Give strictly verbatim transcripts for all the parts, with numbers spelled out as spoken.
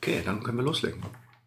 Okay, dann können wir loslegen.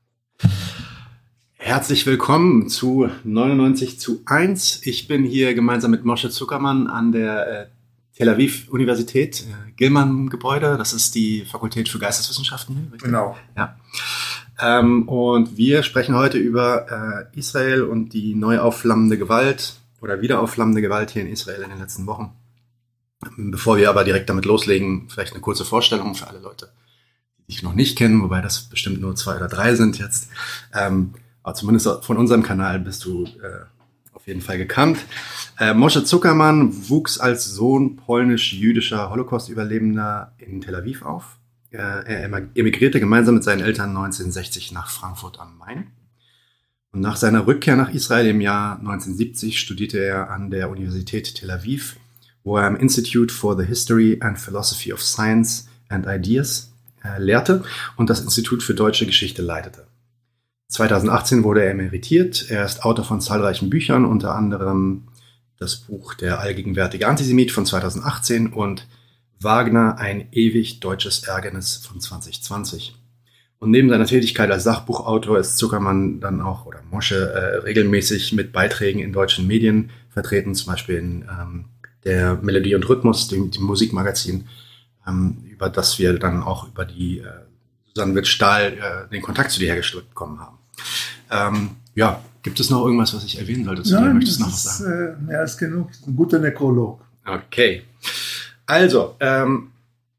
Herzlich willkommen zu neunundneunzig zu eins. Ich bin hier gemeinsam mit Moshe Zuckermann an der äh, Tel Aviv Universität, äh, Gilman-Gebäude. Das ist die Fakultät für Geisteswissenschaften. Richtig? Genau. Ja. Ähm, und wir sprechen heute über äh, Israel und die neu aufflammende Gewalt oder wieder aufflammende Gewalt hier in Israel in den letzten Wochen. Bevor wir aber direkt damit loslegen, vielleicht eine kurze Vorstellung für alle Leute, die dich noch nicht kennen, wobei das bestimmt nur zwei oder drei sind jetzt. Ähm, aber zumindest von unserem Kanal bist du äh, auf jeden Fall gekannt. Äh, Moshe Zuckermann wuchs als Sohn polnisch-jüdischer Holocaust-Überlebender in Tel Aviv auf. Äh, er emigrierte gemeinsam mit seinen Eltern neunzehnhundertsechzig nach Frankfurt am Main. Und nach seiner Rückkehr nach Israel im Jahr neunzehnhundertsiebzig studierte er an der Universität Tel Aviv, wo er am Institute for the History and Philosophy of Science and Ideas äh, lehrte und das Institut für Deutsche Geschichte leitete. zweitausendachtzehn wurde er emeritiert. Er ist Autor von zahlreichen Büchern, unter anderem das Buch Der allgegenwärtige Antisemit von zweitausendachtzehn und Wagner, ein ewig deutsches Ärgernis von zwanzig zwanzig. Und neben seiner Tätigkeit als Sachbuchautor ist Zuckermann dann auch, oder Moshe, äh, regelmäßig mit Beiträgen in deutschen Medien vertreten, zum Beispiel in ähm, der Melodie und Rhythmus, dem, dem Musikmagazin, ähm, über das wir dann auch über die äh, Susanne Witt-Stahl äh, den Kontakt zu dir hergestellt bekommen haben. Ähm, ja, gibt es noch irgendwas, was ich erwähnen sollte zu Nein, dir? Möchtest du noch was ist, sagen? Äh, mehr als genug. Ein guter Nekrolog. Okay. Also, ähm,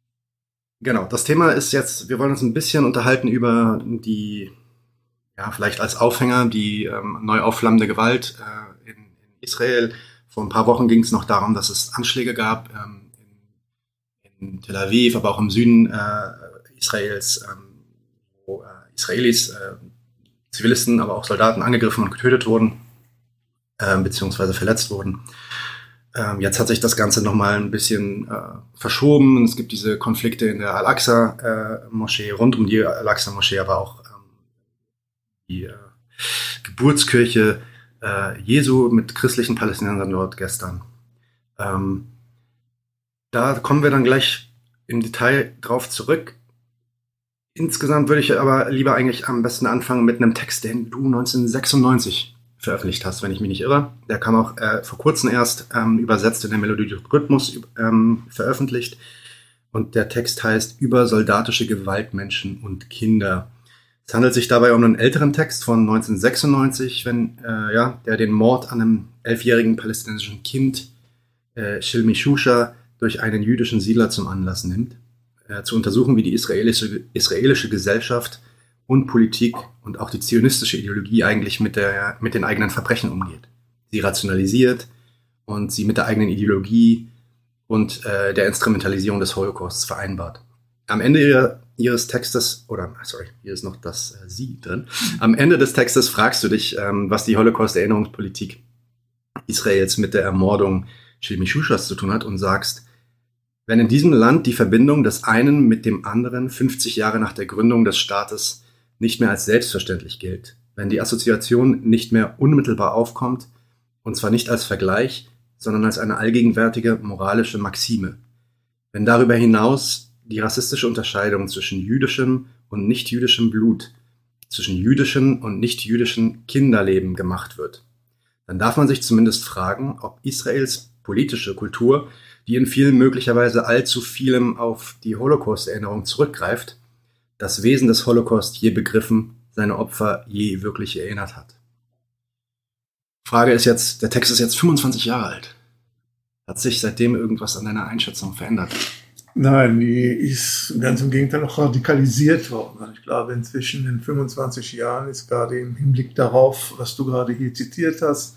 genau, das Thema ist jetzt, wir wollen uns ein bisschen unterhalten über die, ja, vielleicht als Aufhänger, die ähm, neu aufflammende Gewalt äh, in, in Israel. Vor ein paar Wochen ging es noch darum, dass es Anschläge gab ähm, in, in Tel Aviv, aber auch im Süden äh, Israels, ähm, wo äh, Israelis, äh, Zivilisten, aber auch Soldaten angegriffen und getötet wurden, äh, beziehungsweise verletzt wurden. Ähm, jetzt hat sich das Ganze nochmal ein bisschen äh, verschoben. Es gibt diese Konflikte in der Al-Aqsa-Moschee, äh, rund um die Al-Aqsa-Moschee, aber auch ähm, die äh, Geburtskirche äh, Jesu mit christlichen Palästinensern dort gestern. Ähm, da kommen wir dann gleich im Detail drauf zurück. Insgesamt würde ich aber lieber eigentlich am besten anfangen mit einem Text, den du neunzehnhundertsechsundneunzig veröffentlicht hast, wenn ich mich nicht irre. Der kam auch äh, vor kurzem erst ähm, übersetzt in der Melodie und Rhythmus ähm, veröffentlicht. Und der Text heißt Über soldatische Gewaltmenschen und Kinder. Es handelt sich dabei um einen älteren Text von neunzehnhundertsechsundneunzig, wenn, äh, ja, der den Mord an einem elfjährigen palästinensischen Kind, äh, Shilmi Shusha, durch einen jüdischen Siedler zum Anlass nimmt, äh, zu untersuchen, wie die israelische, israelische Gesellschaft und Politik und auch die zionistische Ideologie eigentlich mit, der, mit den eigenen Verbrechen umgeht. Sie rationalisiert und sie mit der eigenen Ideologie und äh, der Instrumentalisierung des Holocausts vereinbart. Am Ende ihrer, ihres Textes, oder sorry, hier ist noch das äh, Sie drin, am Ende des Textes fragst du dich, ähm, was die Holocaust-Erinnerungspolitik Israels mit der Ermordung Shilmi Shushas zu tun hat und sagst, wenn in diesem Land die Verbindung des einen mit dem anderen fünfzig Jahre nach der Gründung des Staates nicht mehr als selbstverständlich gilt, wenn die Assoziation nicht mehr unmittelbar aufkommt, und zwar nicht als Vergleich, sondern als eine allgegenwärtige moralische Maxime, wenn darüber hinaus die rassistische Unterscheidung zwischen jüdischem und nicht-jüdischem Blut, zwischen jüdischen und nicht-jüdischen Kinderleben gemacht wird, dann darf man sich zumindest fragen, ob Israels politische Kultur, die in vielen möglicherweise allzu vielem auf die Holocaust-Erinnerung zurückgreift, das Wesen des Holocaust je begriffen, seine Opfer je wirklich erinnert hat. Frage ist jetzt, der Text ist jetzt fünfundzwanzig Jahre alt. Hat sich seitdem irgendwas an deiner Einschätzung verändert? Nein, die ist ganz im Gegenteil noch radikalisiert worden. Ich glaube, inzwischen in fünfundzwanzig Jahren ist gerade im Hinblick darauf, was du gerade hier zitiert hast,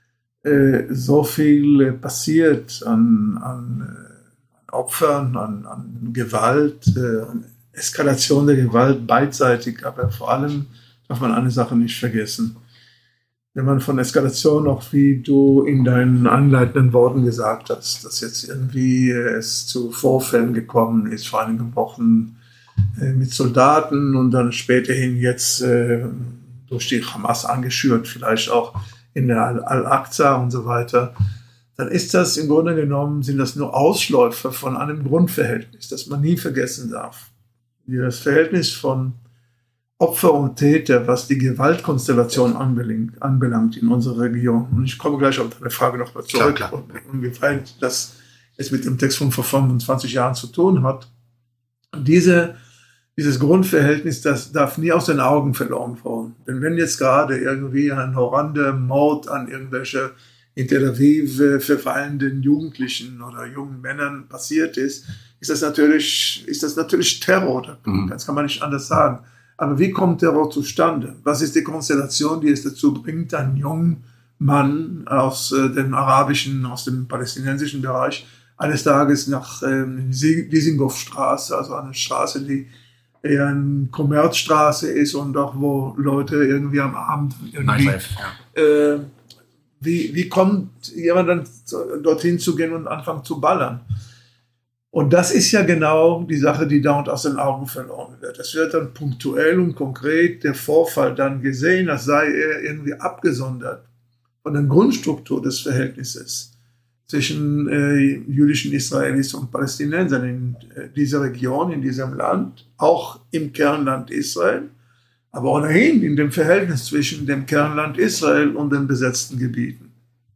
so viel passiert an, an Opfern, an, an Gewalt, an Eskalation der Gewalt beidseitig, aber vor allem darf man eine Sache nicht vergessen. Wenn man von Eskalation, auch wie du in deinen anleitenden Worten gesagt hast, dass jetzt irgendwie es zu Vorfällen gekommen ist, vor einigen Wochen äh, mit Soldaten und dann späterhin jetzt äh, durch die Hamas angeschürt, vielleicht auch in der Al-Aqsa und so weiter, dann ist das im Grunde genommen, sind das nur Ausläufer von einem Grundverhältnis, das man nie vergessen darf. Das Verhältnis von Opfer und Täter, was die Gewaltkonstellation anbelangt, anbelangt in unserer Region. Und ich komme gleich auf deine Frage noch mal zurück, klar, klar. inwieweit das es mit dem Text von vor fünfundzwanzig Jahren zu tun hat. Und diese, dieses Grundverhältnis, das darf nie aus den Augen verloren werden. Denn wenn jetzt gerade irgendwie ein horrender Mord an irgendwelche in Tel Aviv verweilenden Jugendlichen oder jungen Männern passiert ist, ist das natürlich, ist das natürlich Terror. Mhm. Das kann man nicht anders sagen. Aber wie kommt Terror zustande? Was ist die Konstellation, die es dazu bringt, einen jungen Mann aus äh, dem arabischen, aus dem palästinensischen Bereich eines Tages nach ähm, Dizengoff-Straße, also eine Straße, die eher eine Kommerzstraße ist und auch wo Leute irgendwie am Abend irgendwie, Nightlife, ja. äh, wie, wie kommt jemand dann dorthin zu gehen und anfangen zu ballern? Und das ist ja genau die Sache, die dauernd aus den Augen verloren wird. Es wird dann punktuell und konkret der Vorfall dann gesehen, als sei er irgendwie abgesondert von der Grundstruktur des Verhältnisses zwischen äh, jüdischen Israelis und Palästinensern in äh, dieser Region, in diesem Land, auch im Kernland Israel, aber ohnehin in dem Verhältnis zwischen dem Kernland Israel und den besetzten Gebieten.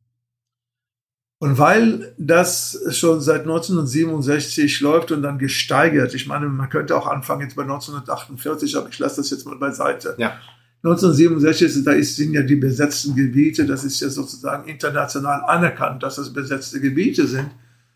Und weil das schon seit neunzehnhundertsiebenundsechzig läuft und dann gesteigert, ich meine, man könnte auch anfangen jetzt bei neunzehnhundertachtundvierzig, aber ich lasse das jetzt mal beiseite. Ja. neunzehnhundertsiebenundsechzig, da ist, sind ja die besetzten Gebiete, das ist ja sozusagen international anerkannt, dass das besetzte Gebiete sind,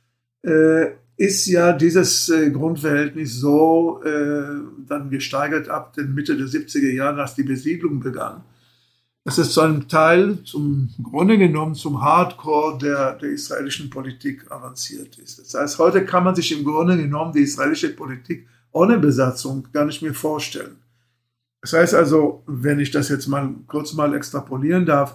äh, ist ja dieses äh, Grundverhältnis so äh, dann gesteigert ab der Mitte der siebziger Jahre, als die Besiedlung begann. Das ist zu einem Teil, zum Grunde genommen, zum Hardcore der, der israelischen Politik avanciert ist. Das heißt, heute kann man sich im Grunde genommen die israelische Politik ohne Besatzung gar nicht mehr vorstellen. Das heißt also, wenn ich das jetzt mal kurz mal extrapolieren darf,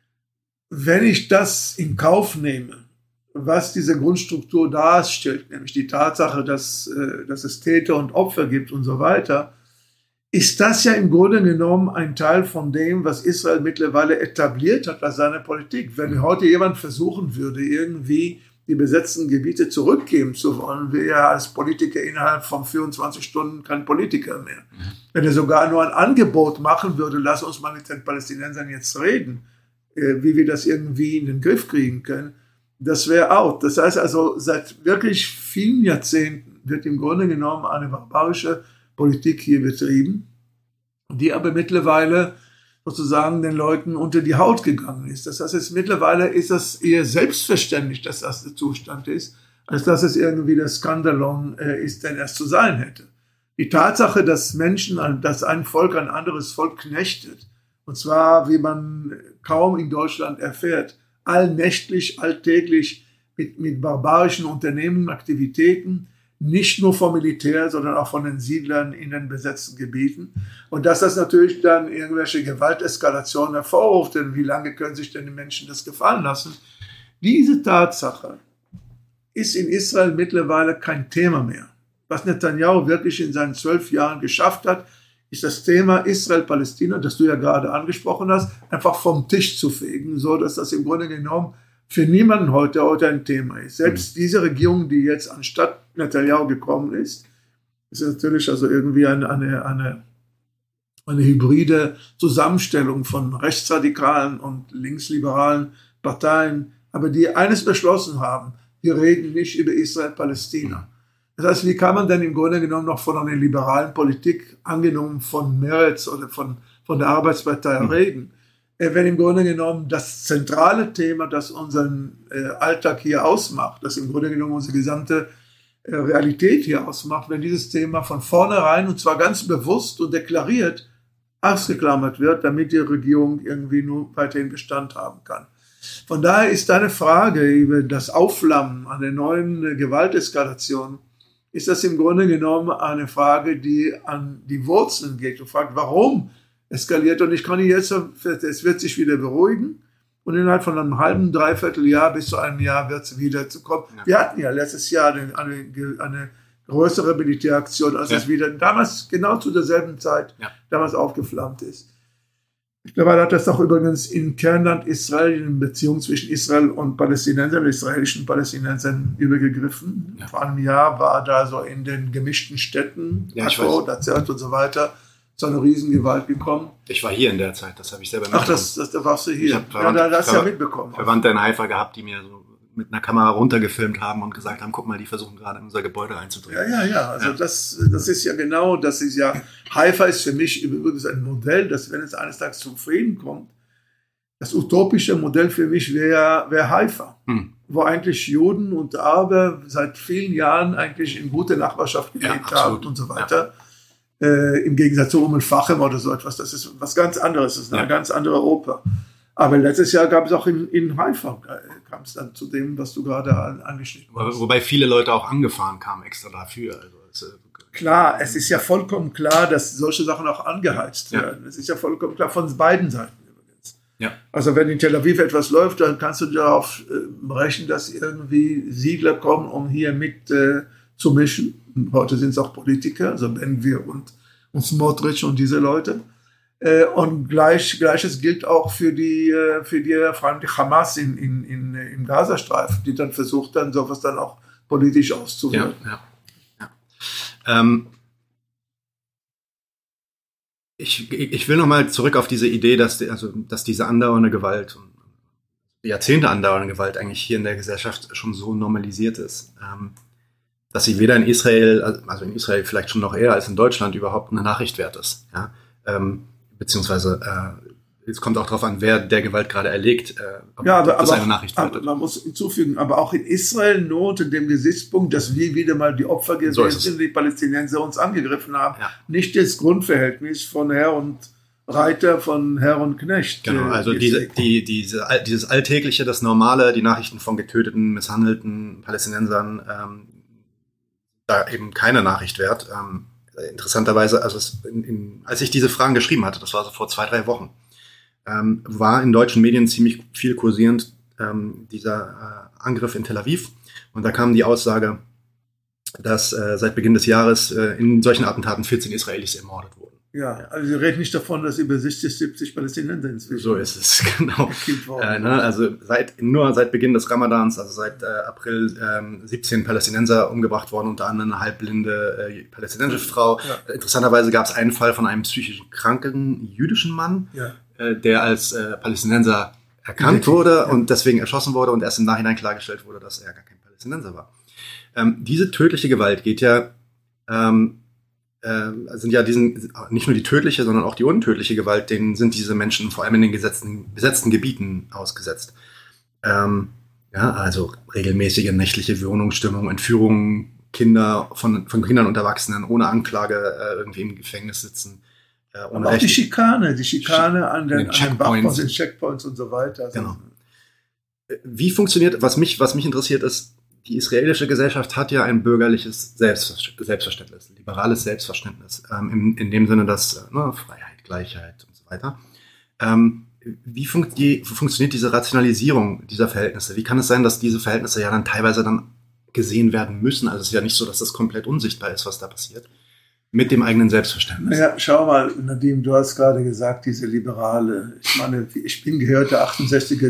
wenn ich das in Kauf nehme, was diese Grundstruktur darstellt, nämlich die Tatsache, dass, dass es Täter und Opfer gibt und so weiter, ist das ja im Grunde genommen ein Teil von dem, was Israel mittlerweile etabliert hat als seine Politik. Wenn heute jemand versuchen würde, irgendwie die besetzten Gebiete zurückgeben zu wollen, wäre er als Politiker innerhalb von vierundzwanzig Stunden kein Politiker mehr. Wenn er sogar nur ein Angebot machen würde, lass uns mal mit den Palästinensern jetzt reden, wie wir das irgendwie in den Griff kriegen können, das wäre out. Das heißt also, seit wirklich vielen Jahrzehnten wird im Grunde genommen eine barbarische Politik hier betrieben, die aber mittlerweile sozusagen den Leuten unter die Haut gegangen ist. Das heißt, jetzt mittlerweile ist das eher selbstverständlich, dass das der Zustand ist, als dass es irgendwie der Skandalon äh, ist, denn es zu sein hätte. Die Tatsache, dass Menschen, dass ein Volk ein anderes Volk knechtet, und zwar, wie man kaum in Deutschland erfährt, allnächtlich, alltäglich mit, mit barbarischen Unternehmungen, Aktivitäten, nicht nur vom Militär, sondern auch von den Siedlern in den besetzten Gebieten. Und dass das natürlich dann irgendwelche Gewalteskalationen hervorruft, denn wie lange können sich denn die Menschen das gefallen lassen? Diese Tatsache ist in Israel mittlerweile kein Thema mehr. Was Netanyahu wirklich in seinen zwölf Jahren geschafft hat, ist das Thema Israel-Palästina, das du ja gerade angesprochen hast, einfach vom Tisch zu fegen, so dass das im Grunde genommen für niemanden heute, heute ein Thema ist. Selbst diese Regierung, die jetzt anstatt Netanyahu gekommen ist, ist natürlich also irgendwie eine, eine, eine, eine hybride Zusammenstellung von rechtsradikalen und linksliberalen Parteien, aber die eines beschlossen haben: Wir reden nicht über Israel-Palästina. Das heißt, wie kann man denn im Grunde genommen noch von einer liberalen Politik, angenommen von Meretz oder von, von der Arbeitspartei, mhm. reden? Wenn im Grunde genommen das zentrale Thema, das unseren äh, Alltag hier ausmacht, das im Grunde genommen unsere gesamte äh, Realität hier ausmacht, wenn dieses Thema von vornherein, und zwar ganz bewusst und deklariert, ausgeklammert wird, damit die Regierung irgendwie nur weiterhin Bestand haben kann. Von daher ist deine Frage über das Aufflammen an der neuen äh, Gewalteskalation, ist das im Grunde genommen eine Frage, die an die Wurzeln geht und fragt, warum eskaliert. Und ich kann jetzt, es wird sich wieder beruhigen und innerhalb von einem halben, dreiviertel Jahr bis zu einem Jahr wird es wieder zu kommen. Ja. Wir hatten ja letztes Jahr eine, eine, eine größere Militäraktion, als ja. es wieder damals genau zu derselben Zeit ja. damals aufgeflammt ist. Mittlerweile hat das auch übrigens in Kernland Israel, in Beziehung zwischen Israel und Palästinensern, israelischen Palästinensern übergegriffen. Ja. Vor einem Jahr war da so in den gemischten Städten, ja, Akko, Nazareth und so weiter, zu einer Riesengewalt gekommen. Ich war hier in der Zeit, das habe ich selber mitbekommen. Ach, das, das, da warst du hier. Ich habe ja, da hast du ja mitbekommen. Verwandte in Haifa gehabt, die mir so mit einer Kamera runtergefilmt haben und gesagt haben, guck mal, die versuchen gerade in unser Gebäude einzudringen. Ja, ja, ja. Also ja. Das, das ist ja genau, das ist ja, Haifa ist für mich übrigens ein Modell, dass wenn es eines Tages zum Frieden kommt, das utopische Modell für mich wäre wär Haifa, hm. wo eigentlich Juden und Araber seit vielen Jahren eigentlich in gute Nachbarschaft gelebt ja, haben und so weiter. Ja. Äh, im Gegensatz zu Umm al-Fachem oder so etwas. Das ist was ganz anderes, das ist eine ja. ganz andere Oper. Aber letztes Jahr gab es auch in, in Haifa, kam es dann zu dem, was du gerade an, angeschnitten hast. Wobei viele Leute auch angefahren kamen extra dafür. Also es, äh, klar, es ist ja vollkommen klar, dass solche Sachen auch angeheizt ja. werden. Es ist ja vollkommen klar von beiden Seiten übrigens. Ja. Also wenn in Tel Aviv etwas läuft, dann kannst du darauf äh, rechnen, dass irgendwie Siedler kommen, um hier mit äh, zu mischen. Und heute sind es auch Politiker, also Ben-Gvir und, und Smotrich und diese Leute. Und gleich, Gleiches gilt auch für die, für die, vor allem die Hamas in, in, in, im Gazastreifen, die dann versucht, dann sowas dann auch politisch auszuwirken. Ja, ja, ja. Ähm, ich, ich will nochmal zurück auf diese Idee, dass, die, also, dass diese andauernde Gewalt, die Jahrzehnte andauernde Gewalt eigentlich hier in der Gesellschaft schon so normalisiert ist, ähm, dass sie weder in Israel, also in Israel vielleicht schon noch eher als in Deutschland überhaupt eine Nachricht wert ist. Ja? Ähm, Beziehungsweise, äh, es kommt auch darauf an, wer der Gewalt gerade erlegt, äh, ob ja, aber, das aber eine Nachricht wird. Man muss hinzufügen, aber auch in Israel nur unter dem Gesichtspunkt, dass wir wieder mal die Opfer gewesen sind, so die Palästinenser uns angegriffen haben. Ja. Nicht das Grundverhältnis von Herr und Reiter, von Herr und Knecht. Genau, also diese, die, diese, dieses Alltägliche, das Normale, die Nachrichten von getöteten, misshandelten Palästinensern, ähm, da eben keine Nachricht wert. Ähm, Interessanterweise, also es in, in, als ich diese Fragen geschrieben hatte, das war so vor zwei, drei Wochen, ähm, war in deutschen Medien ziemlich viel kursierend ähm, dieser äh, Angriff in Tel Aviv. Und da kam die Aussage, dass äh, seit Beginn des Jahres äh, in solchen Attentaten vierzehn Israelis ermordet wurden. Ja, also wir reden nicht davon, dass über sechzig, siebzig Palästinenser inzwischen. So ist es, genau. Äh, ne, also seit, nur seit Beginn des Ramadans, also seit äh, April, ähm, siebzehn Palästinenser umgebracht worden, unter anderem eine halbblinde äh, palästinensische Frau. Ja. Interessanterweise gab es einen Fall von einem psychisch kranken jüdischen Mann, ja. äh, der als äh, Palästinenser erkannt wurde ja. und deswegen erschossen wurde und erst im Nachhinein klargestellt wurde, dass er gar kein Palästinenser war. Ähm, diese tödliche Gewalt geht ja ähm, sind ja diesen, nicht nur die tödliche, sondern auch die untödliche Gewalt, denen sind diese Menschen vor allem in den gesetzten, besetzten Gebieten ausgesetzt. Ähm, ja, also regelmäßige nächtliche Wohnungsstimmung, Entführungen, Kinder von, von Kindern und Erwachsenen ohne Anklage äh, irgendwie im Gefängnis sitzen. Äh, ohne Aber auch die Schikane, die Schikane an den, an den Checkpoints, den Checkpoints und so weiter. Also genau. Wie funktioniert, was mich, was mich interessiert ist, die israelische Gesellschaft hat ja ein bürgerliches Selbstverständnis, liberales Selbstverständnis, ähm, in, in dem Sinne, dass ne, Freiheit, Gleichheit und so weiter. Ähm, wie, funkt die, wie funktioniert diese Rationalisierung dieser Verhältnisse? Wie kann es sein, dass diese Verhältnisse ja dann teilweise dann gesehen werden müssen? Also es ist ja nicht so, dass das komplett unsichtbar ist, was da passiert, mit dem eigenen Selbstverständnis. Naja, schau mal, Nadim, du hast gerade gesagt, diese liberale, ich meine, ich bin gehört der achtundsechziger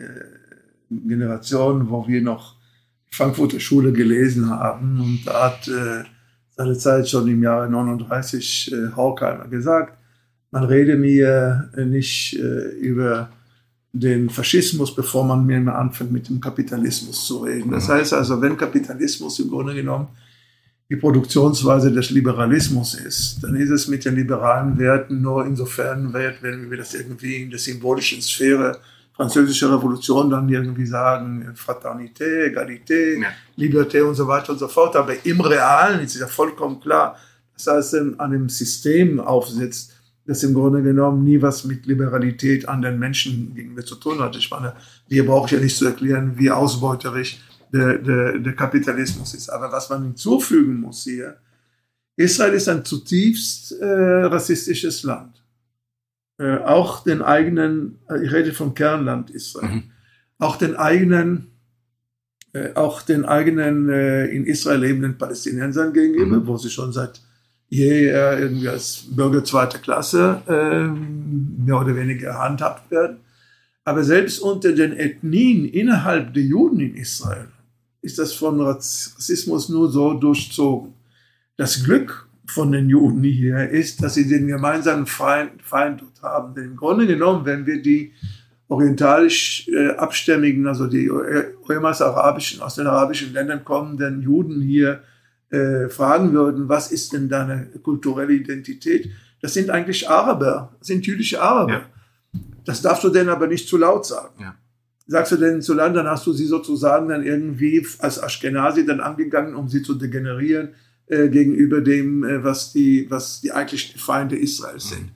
Generation, wo wir noch Frankfurter Schule gelesen haben und da hat äh, seine Zeit schon im Jahre neununddreißig äh, Horkheimer gesagt, man rede mir äh, nicht äh, über den Faschismus, bevor man mir mal anfängt mit dem Kapitalismus zu reden. Das heißt also, wenn Kapitalismus im Grunde genommen die Produktionsweise des Liberalismus ist, dann ist es mit den liberalen Werten nur insofern wert, wenn wir das irgendwie in der symbolischen Sphäre französische Revolution dann irgendwie sagen, Fraternité, Egalité, ja. Liberté und so weiter und so fort. Aber im Realen ist ja vollkommen klar, dass das an einem System aufsetzt, das im Grunde genommen nie was mit Liberalität an den Menschen gegenüber zu tun hat. Ich meine, wir brauchen ja nicht zu erklären, wie ausbeuterisch der, der, der Kapitalismus ist. Aber was man hinzufügen muss hier, Israel ist ein zutiefst äh, rassistisches Land. Äh, auch den eigenen, ich rede vom Kernland Israel, mhm. auch den eigenen, äh, auch den eigenen äh, in Israel lebenden Palästinensern gegenüber, mhm. wo sie schon seit jeher irgendwie als Bürger zweiter Klasse äh, mehr oder weniger handhabt werden. Aber selbst unter den Ethnien innerhalb der Juden in Israel ist das von Rassismus nur so durchzogen. Das Glück von den Juden hier ist, dass sie den gemeinsamen Feind, Feind dort haben. Denn im Grunde genommen, wenn wir die orientalisch äh, abstämmigen, also die ehemals arabischen, aus den arabischen Ländern kommenden Juden hier äh, fragen würden, was ist denn deine kulturelle Identität? Das sind eigentlich Araber, das sind jüdische Araber. Ja. Das darfst du denen aber nicht zu laut sagen. Ja. Sagst du denen zu laut, dann hast du sie sozusagen dann irgendwie als Aschkenazi dann angegangen, um sie zu degenerieren äh, gegenüber dem, äh, was die, was die eigentlich Feinde Israels sind. Mhm.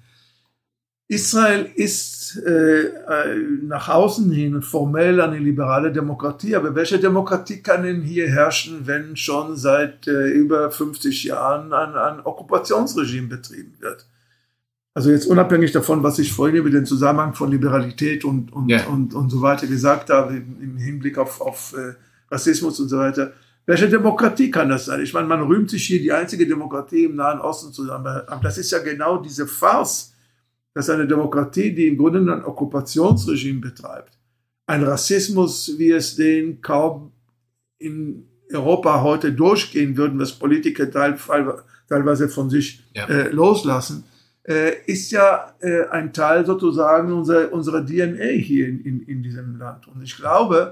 Israel ist äh, nach außen hin formell eine liberale Demokratie, aber welche Demokratie kann denn hier herrschen, wenn schon seit äh, über fünfzig Jahren ein, ein Okkupationsregime betrieben wird? Also jetzt unabhängig davon, was ich vorhin über den Zusammenhang von Liberalität und, und, yeah. und, und so weiter gesagt habe, im, im Hinblick auf, auf äh, Rassismus und so weiter. Welche Demokratie kann das sein? Ich meine, man rühmt sich hier, die einzige Demokratie im Nahen Osten zu sein, aber das ist ja genau diese Farce, dass eine Demokratie, die im Grunde ein Okkupationsregime betreibt, ein Rassismus, wie es den kaum in Europa heute durchgehen würden, was Politiker teilweise von sich ja. äh, loslassen, äh, ist ja äh, ein Teil sozusagen unserer, unserer D N A hier in, in, in diesem Land. Und ich glaube,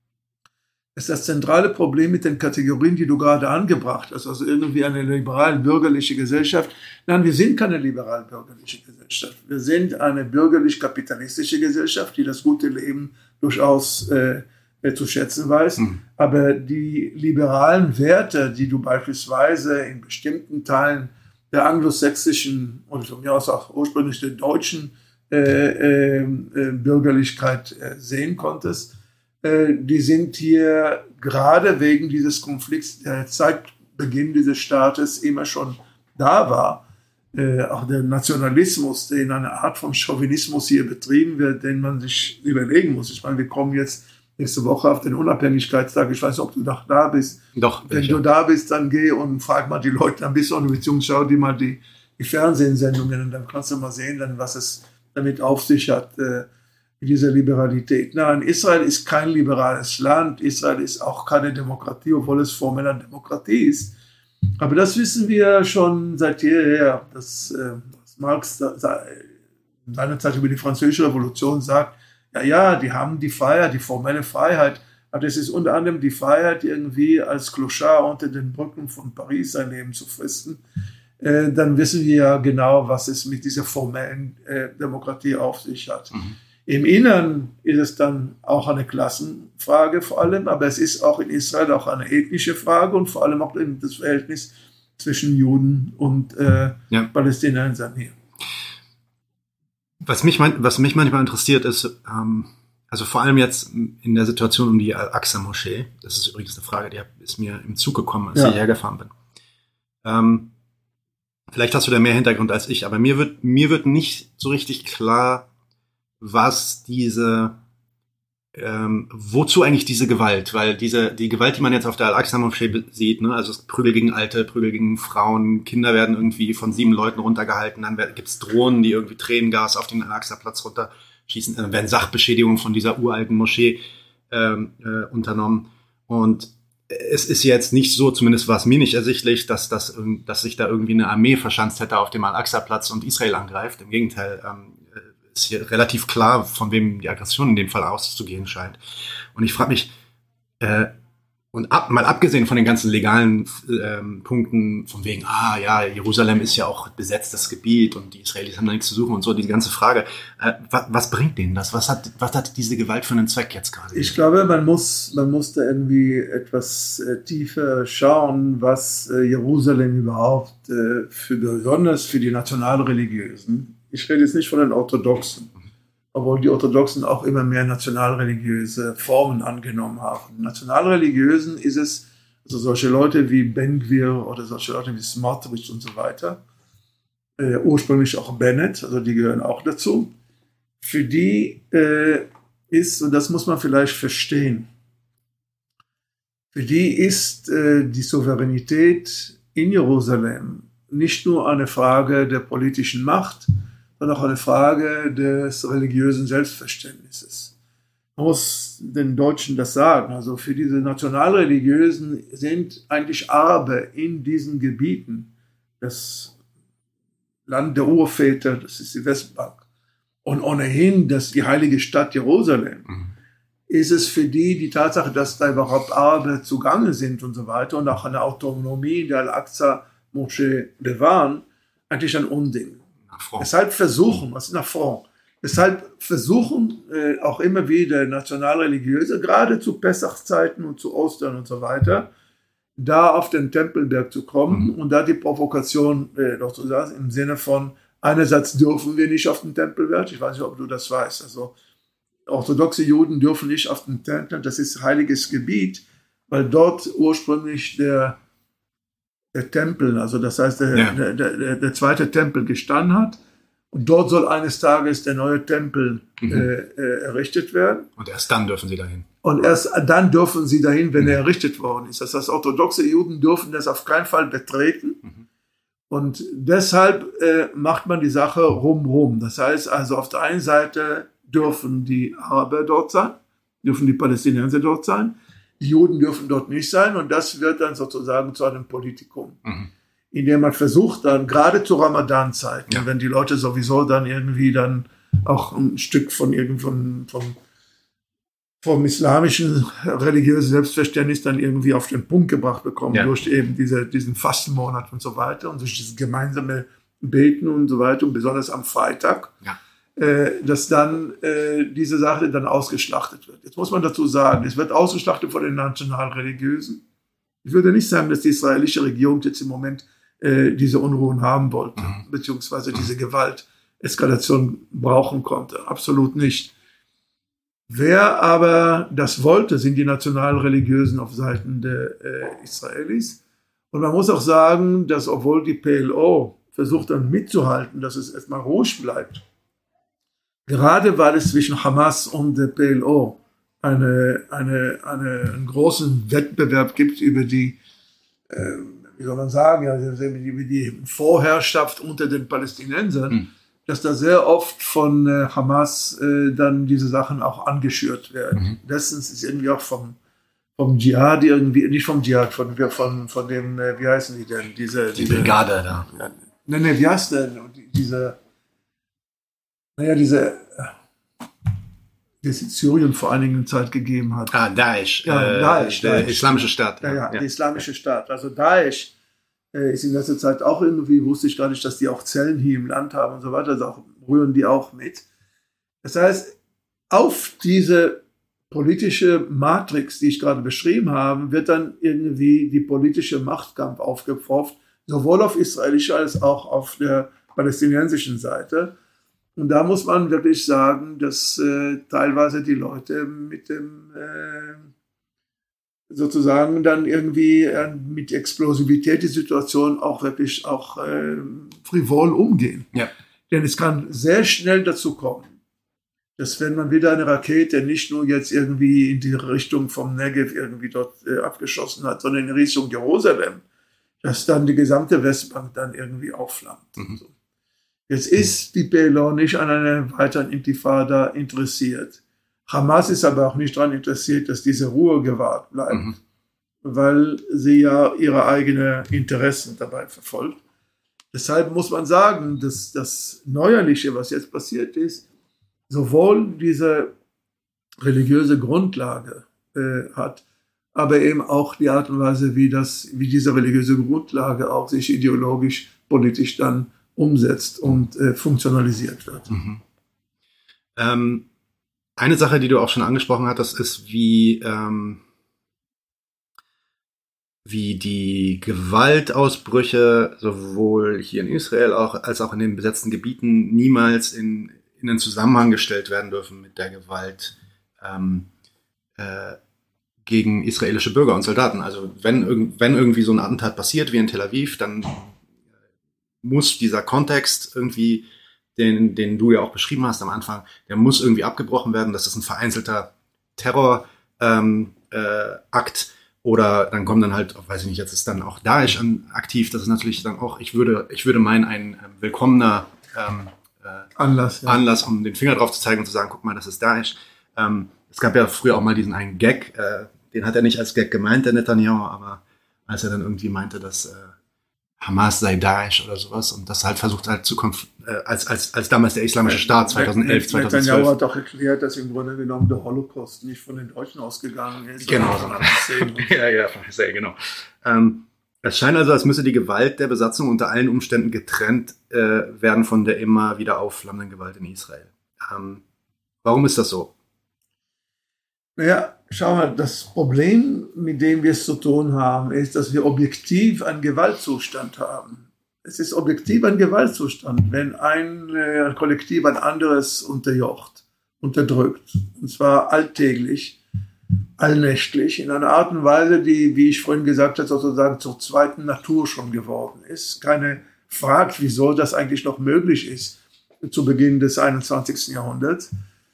ist das zentrale Problem mit den Kategorien, die du gerade angebracht hast, also irgendwie eine liberal-bürgerliche Gesellschaft. Nein, wir sind keine liberal-bürgerliche Gesellschaft. Wir sind eine bürgerlich-kapitalistische Gesellschaft, die das gute Leben durchaus äh, zu schätzen weiß. Mhm. Aber die liberalen Werte, die du beispielsweise in bestimmten Teilen der anglosächsischen und von mir aus auch ursprünglich der deutschen äh, äh, Bürgerlichkeit äh, sehen konntest, die sind hier gerade wegen dieses Konflikts, der seit Beginn dieses Staates immer schon da war. Äh, auch der Nationalismus, der in einer Art von Chauvinismus hier betrieben wird, den man sich überlegen muss. Ich meine, wir kommen jetzt nächste Woche auf den Unabhängigkeitstag. Ich weiß nicht, ob du noch da bist. Doch. Wenn du da bist, dann geh und frag mal die Leute ein bisschen, beziehungsweise schau dir mal die, die Fernsehsendungen und dann kannst du mal sehen, dann, was es damit auf sich hat, äh, dieser Liberalität. Nein, Israel ist kein liberales Land. Israel ist auch keine Demokratie, obwohl es formell eine Demokratie ist. Aber das wissen wir schon seit jeher, dass, äh, dass Marx in seiner Zeit über die Französische Revolution sagt, ja, ja, die haben die Freiheit, die formelle Freiheit, aber das ist unter anderem die Freiheit, irgendwie als Clochard unter den Brücken von Paris sein Leben zu fristen. Äh, dann wissen wir ja genau, was es mit dieser formellen äh, Demokratie auf sich hat. Mhm. Im Innern ist es dann auch eine Klassenfrage vor allem, aber es ist auch in Israel auch eine ethnische Frage und vor allem auch das Verhältnis zwischen Juden und äh, ja. Palästinensern hier. Was mich, mein, was mich manchmal interessiert ist, ähm, also vor allem jetzt in der Situation um die Al-Aqsa-Moschee, das ist übrigens eine Frage, die ist mir im Zug gekommen, als ja. ich hierher gefahren bin. Ähm, vielleicht hast du da mehr Hintergrund als ich, aber mir wird, mir wird nicht so richtig klar, was diese, ähm, wozu eigentlich diese Gewalt, weil diese, die Gewalt, die man jetzt auf der Al-Aqsa-Moschee sieht, ne, also Prügel gegen Alte, Prügel gegen Frauen, Kinder werden irgendwie von sieben Leuten runtergehalten, dann gibt's Drohnen, die irgendwie Tränengas auf den Al-Aqsa-Platz runterschießen, dann werden Sachbeschädigungen von dieser uralten Moschee ähm, äh, unternommen und es ist jetzt nicht so, zumindest war es mir nicht ersichtlich, dass, dass, dass sich da irgendwie eine Armee verschanzt hätte auf dem Al-Aqsa-Platz und Israel angreift, im Gegenteil, ähm, ist hier relativ klar, von wem die Aggression in dem Fall auszugehen scheint. Und ich frage mich, äh, und ab, mal abgesehen von den ganzen legalen ähm, Punkten, von wegen, ah ja, Jerusalem ist ja auch besetztes Gebiet und die Israelis haben da nichts zu suchen und so, die ganze Frage, äh, was, was bringt denen das? Was hat, was hat diese Gewalt für einen Zweck jetzt gerade? Ich glaube, man muss, man muss da irgendwie etwas äh, tiefer schauen, was äh, Jerusalem überhaupt äh, für besonders für die Nationalreligiösen, ich rede jetzt nicht von den Orthodoxen, obwohl die Orthodoxen auch immer mehr nationalreligiöse Formen angenommen haben. Nationalreligiösen ist es, also solche Leute wie Ben-Gvir oder solche Leute wie Smotrich und so weiter, äh, ursprünglich auch Bennett, also die gehören auch dazu. Für die äh, ist, und das muss man vielleicht verstehen, für die ist äh, die Souveränität in Jerusalem nicht nur eine Frage der politischen Macht, sondern auch eine Frage des religiösen Selbstverständnisses. Man muss den Deutschen das sagen. Also für diese Nationalreligiösen sind eigentlich Araber in diesen Gebieten, das Land der Urväter, das ist die Westbank, und ohnehin das die heilige Stadt Jerusalem, mhm. ist es für die die Tatsache, dass da überhaupt Araber zugange sind und so weiter und auch eine Autonomie der Al-Aqsa-Moschee bewahren, eigentlich ein Unding. Deshalb versuchen, was ist Affront, deshalb versuchen äh, auch immer wieder Nationalreligiöse, gerade zu Pessachzeiten und zu Ostern und so weiter, da auf den Tempelberg zu kommen mhm. und da die Provokation äh, doch zu sagen, im Sinne von, einerseits dürfen wir nicht auf den Tempelberg, ich weiß nicht, ob du das weißt, also orthodoxe Juden dürfen nicht auf den Tempel, das ist heiliges Gebiet, weil dort ursprünglich der, der Tempel, also das heißt der, ja. der, der, der zweite Tempel gestanden hat und dort soll eines Tages der neue Tempel mhm. äh, äh, errichtet werden. Und erst dann dürfen sie dahin. Und erst dann dürfen sie dahin, wenn mhm. er errichtet worden ist. Das heißt, orthodoxe Juden dürfen das auf keinen Fall betreten. Mhm. Und deshalb äh, macht man die Sache rumrum. Das heißt also, auf der einen Seite dürfen die Araber dort sein, dürfen die Palästinenser dort sein, die Juden dürfen dort nicht sein. Und das wird dann sozusagen zu einem Politikum. Mhm. Indem man versucht dann, gerade zur Ramadan-Zeit, ja. wenn die Leute sowieso dann irgendwie dann auch ein Stück von irgendwann vom vom islamischen religiösen Selbstverständnis dann irgendwie auf den Punkt gebracht bekommen, ja. durch eben diese, diesen Fastenmonat und so weiter und durch dieses gemeinsame Beten und so weiter und besonders am Freitag, ja. äh, dass dann äh, diese Sache dann ausgeschlachtet wird. Jetzt muss man dazu sagen, es wird ausgeschlachtet von den Nationalreligiösen. Ich würde nicht sagen, dass die israelische Regierung jetzt im Moment äh, diese Unruhen haben wollte, mhm. beziehungsweise diese Gewalteskalation brauchen konnte. Absolut nicht. Wer aber das wollte, sind die Nationalreligiösen auf Seiten der äh, Israelis. Und man muss auch sagen, dass obwohl die P L O versucht dann mitzuhalten, dass es erstmal ruhig bleibt, gerade weil es zwischen Hamas und der P L O eine, eine, eine, einen großen Wettbewerb gibt über die, äh, wie soll man sagen, also über die Vorherrschaft unter den Palästinensern, hm. dass da sehr oft von äh, Hamas äh, dann diese Sachen auch angeschürt werden. Mhm. Letztens ist irgendwie auch vom, vom Dschihad irgendwie, nicht vom Dschihad, von, von, von dem, äh, wie heißen die denn? Diese, die diese, Brigade da. Ja, ne, ne, wie heißt denn? Diese, naja, diese, die es in Syrien vor einigen Zeit gegeben hat. Ah, Daesh. Ja, äh, Daesh. Der Daesh. Islamische Staat. Ja, ja, ja, der Islamische Staat. Also Daesh ist in letzter Zeit auch irgendwie, wusste ich gar nicht, dass die auch Zellen hier im Land haben und so weiter, also auch, rühren die auch mit. Das heißt, auf diese politische Matrix, die ich gerade beschrieben habe, wird dann irgendwie die politische Machtkampf aufgepfropft, sowohl auf israelischer als auch auf der palästinensischen Seite. Und da muss man wirklich sagen, dass äh, teilweise die Leute mit dem äh, sozusagen dann irgendwie äh, mit Explosivität die Situation auch wirklich auch äh, frivol umgehen. Ja. Denn es kann sehr schnell dazu kommen, dass wenn man wieder eine Rakete nicht nur jetzt irgendwie in die Richtung vom Negev irgendwie dort äh, abgeschossen hat, sondern in Richtung Jerusalem, dass dann die gesamte Westbank dann irgendwie aufflammt. Mhm. So. Jetzt ist die P L O nicht an einer weiteren Intifada interessiert. Hamas ist aber auch nicht daran interessiert, dass diese Ruhe gewahrt bleibt, mhm. weil sie ja ihre eigenen Interessen dabei verfolgt. Deshalb muss man sagen, dass das Neuerliche, was jetzt passiert ist, sowohl diese religiöse Grundlage äh, hat, aber eben auch die Art und Weise, wie, das, wie diese religiöse Grundlage auch sich ideologisch, politisch dann umsetzt und äh, funktionalisiert wird. Mhm. Ähm Eine Sache, die du auch schon angesprochen hattest, ist, wie, ähm, wie die Gewaltausbrüche sowohl hier in Israel auch, als auch in den besetzten Gebieten niemals in, in einen Zusammenhang gestellt werden dürfen mit der Gewalt ähm, äh, gegen israelische Bürger und Soldaten. Also wenn, wenn irgendwie so ein Attentat passiert wie in Tel Aviv, dann muss dieser Kontext irgendwie, den, den du ja auch beschrieben hast am Anfang, der muss irgendwie abgebrochen werden. Das ist ein vereinzelter Terrorakt. Ähm, äh, Akt. Oder dann kommen dann halt, weiß ich nicht, jetzt ist dann auch Daesh an, aktiv. Das ist natürlich dann auch, ich würde, ich würde meinen, ein äh, willkommener ähm, äh, Anlass, ja. Anlass, um den Finger drauf zu zeigen und zu sagen, guck mal, das ist Daesh. Ähm, es gab ja früher auch mal diesen einen Gag, äh, den hat er nicht als Gag gemeint, der Netanyahu, aber als er dann irgendwie meinte, dass äh, Hamas sei Daesh oder sowas und das halt versucht halt zu konf- äh, als, als, als damals der Islamische Staat zweitausendelf, zweitausendzwölf. Netanyahu hat auch erklärt, dass im Grunde genommen der Holocaust nicht von den Deutschen ausgegangen ist. Genau. ja, ja, sehr genau. Ähm, es scheint also, als müsse die Gewalt der Besatzung unter allen Umständen getrennt äh, werden von der immer wieder aufflammenden Gewalt in Israel. Ähm, warum ist das so? Naja, schau mal, das Problem, mit dem wir es zu tun haben, ist, dass wir objektiv einen Gewaltzustand haben. Es ist objektiv ein Gewaltzustand, wenn ein, ein Kollektiv ein anderes unterjocht, unterdrückt. Und zwar alltäglich, allnächtlich, in einer Art und Weise, die, wie ich vorhin gesagt habe, sozusagen zur zweiten Natur schon geworden ist. Keine fragt, wieso das eigentlich noch möglich ist zu Beginn des einundzwanzigsten Jahrhunderts.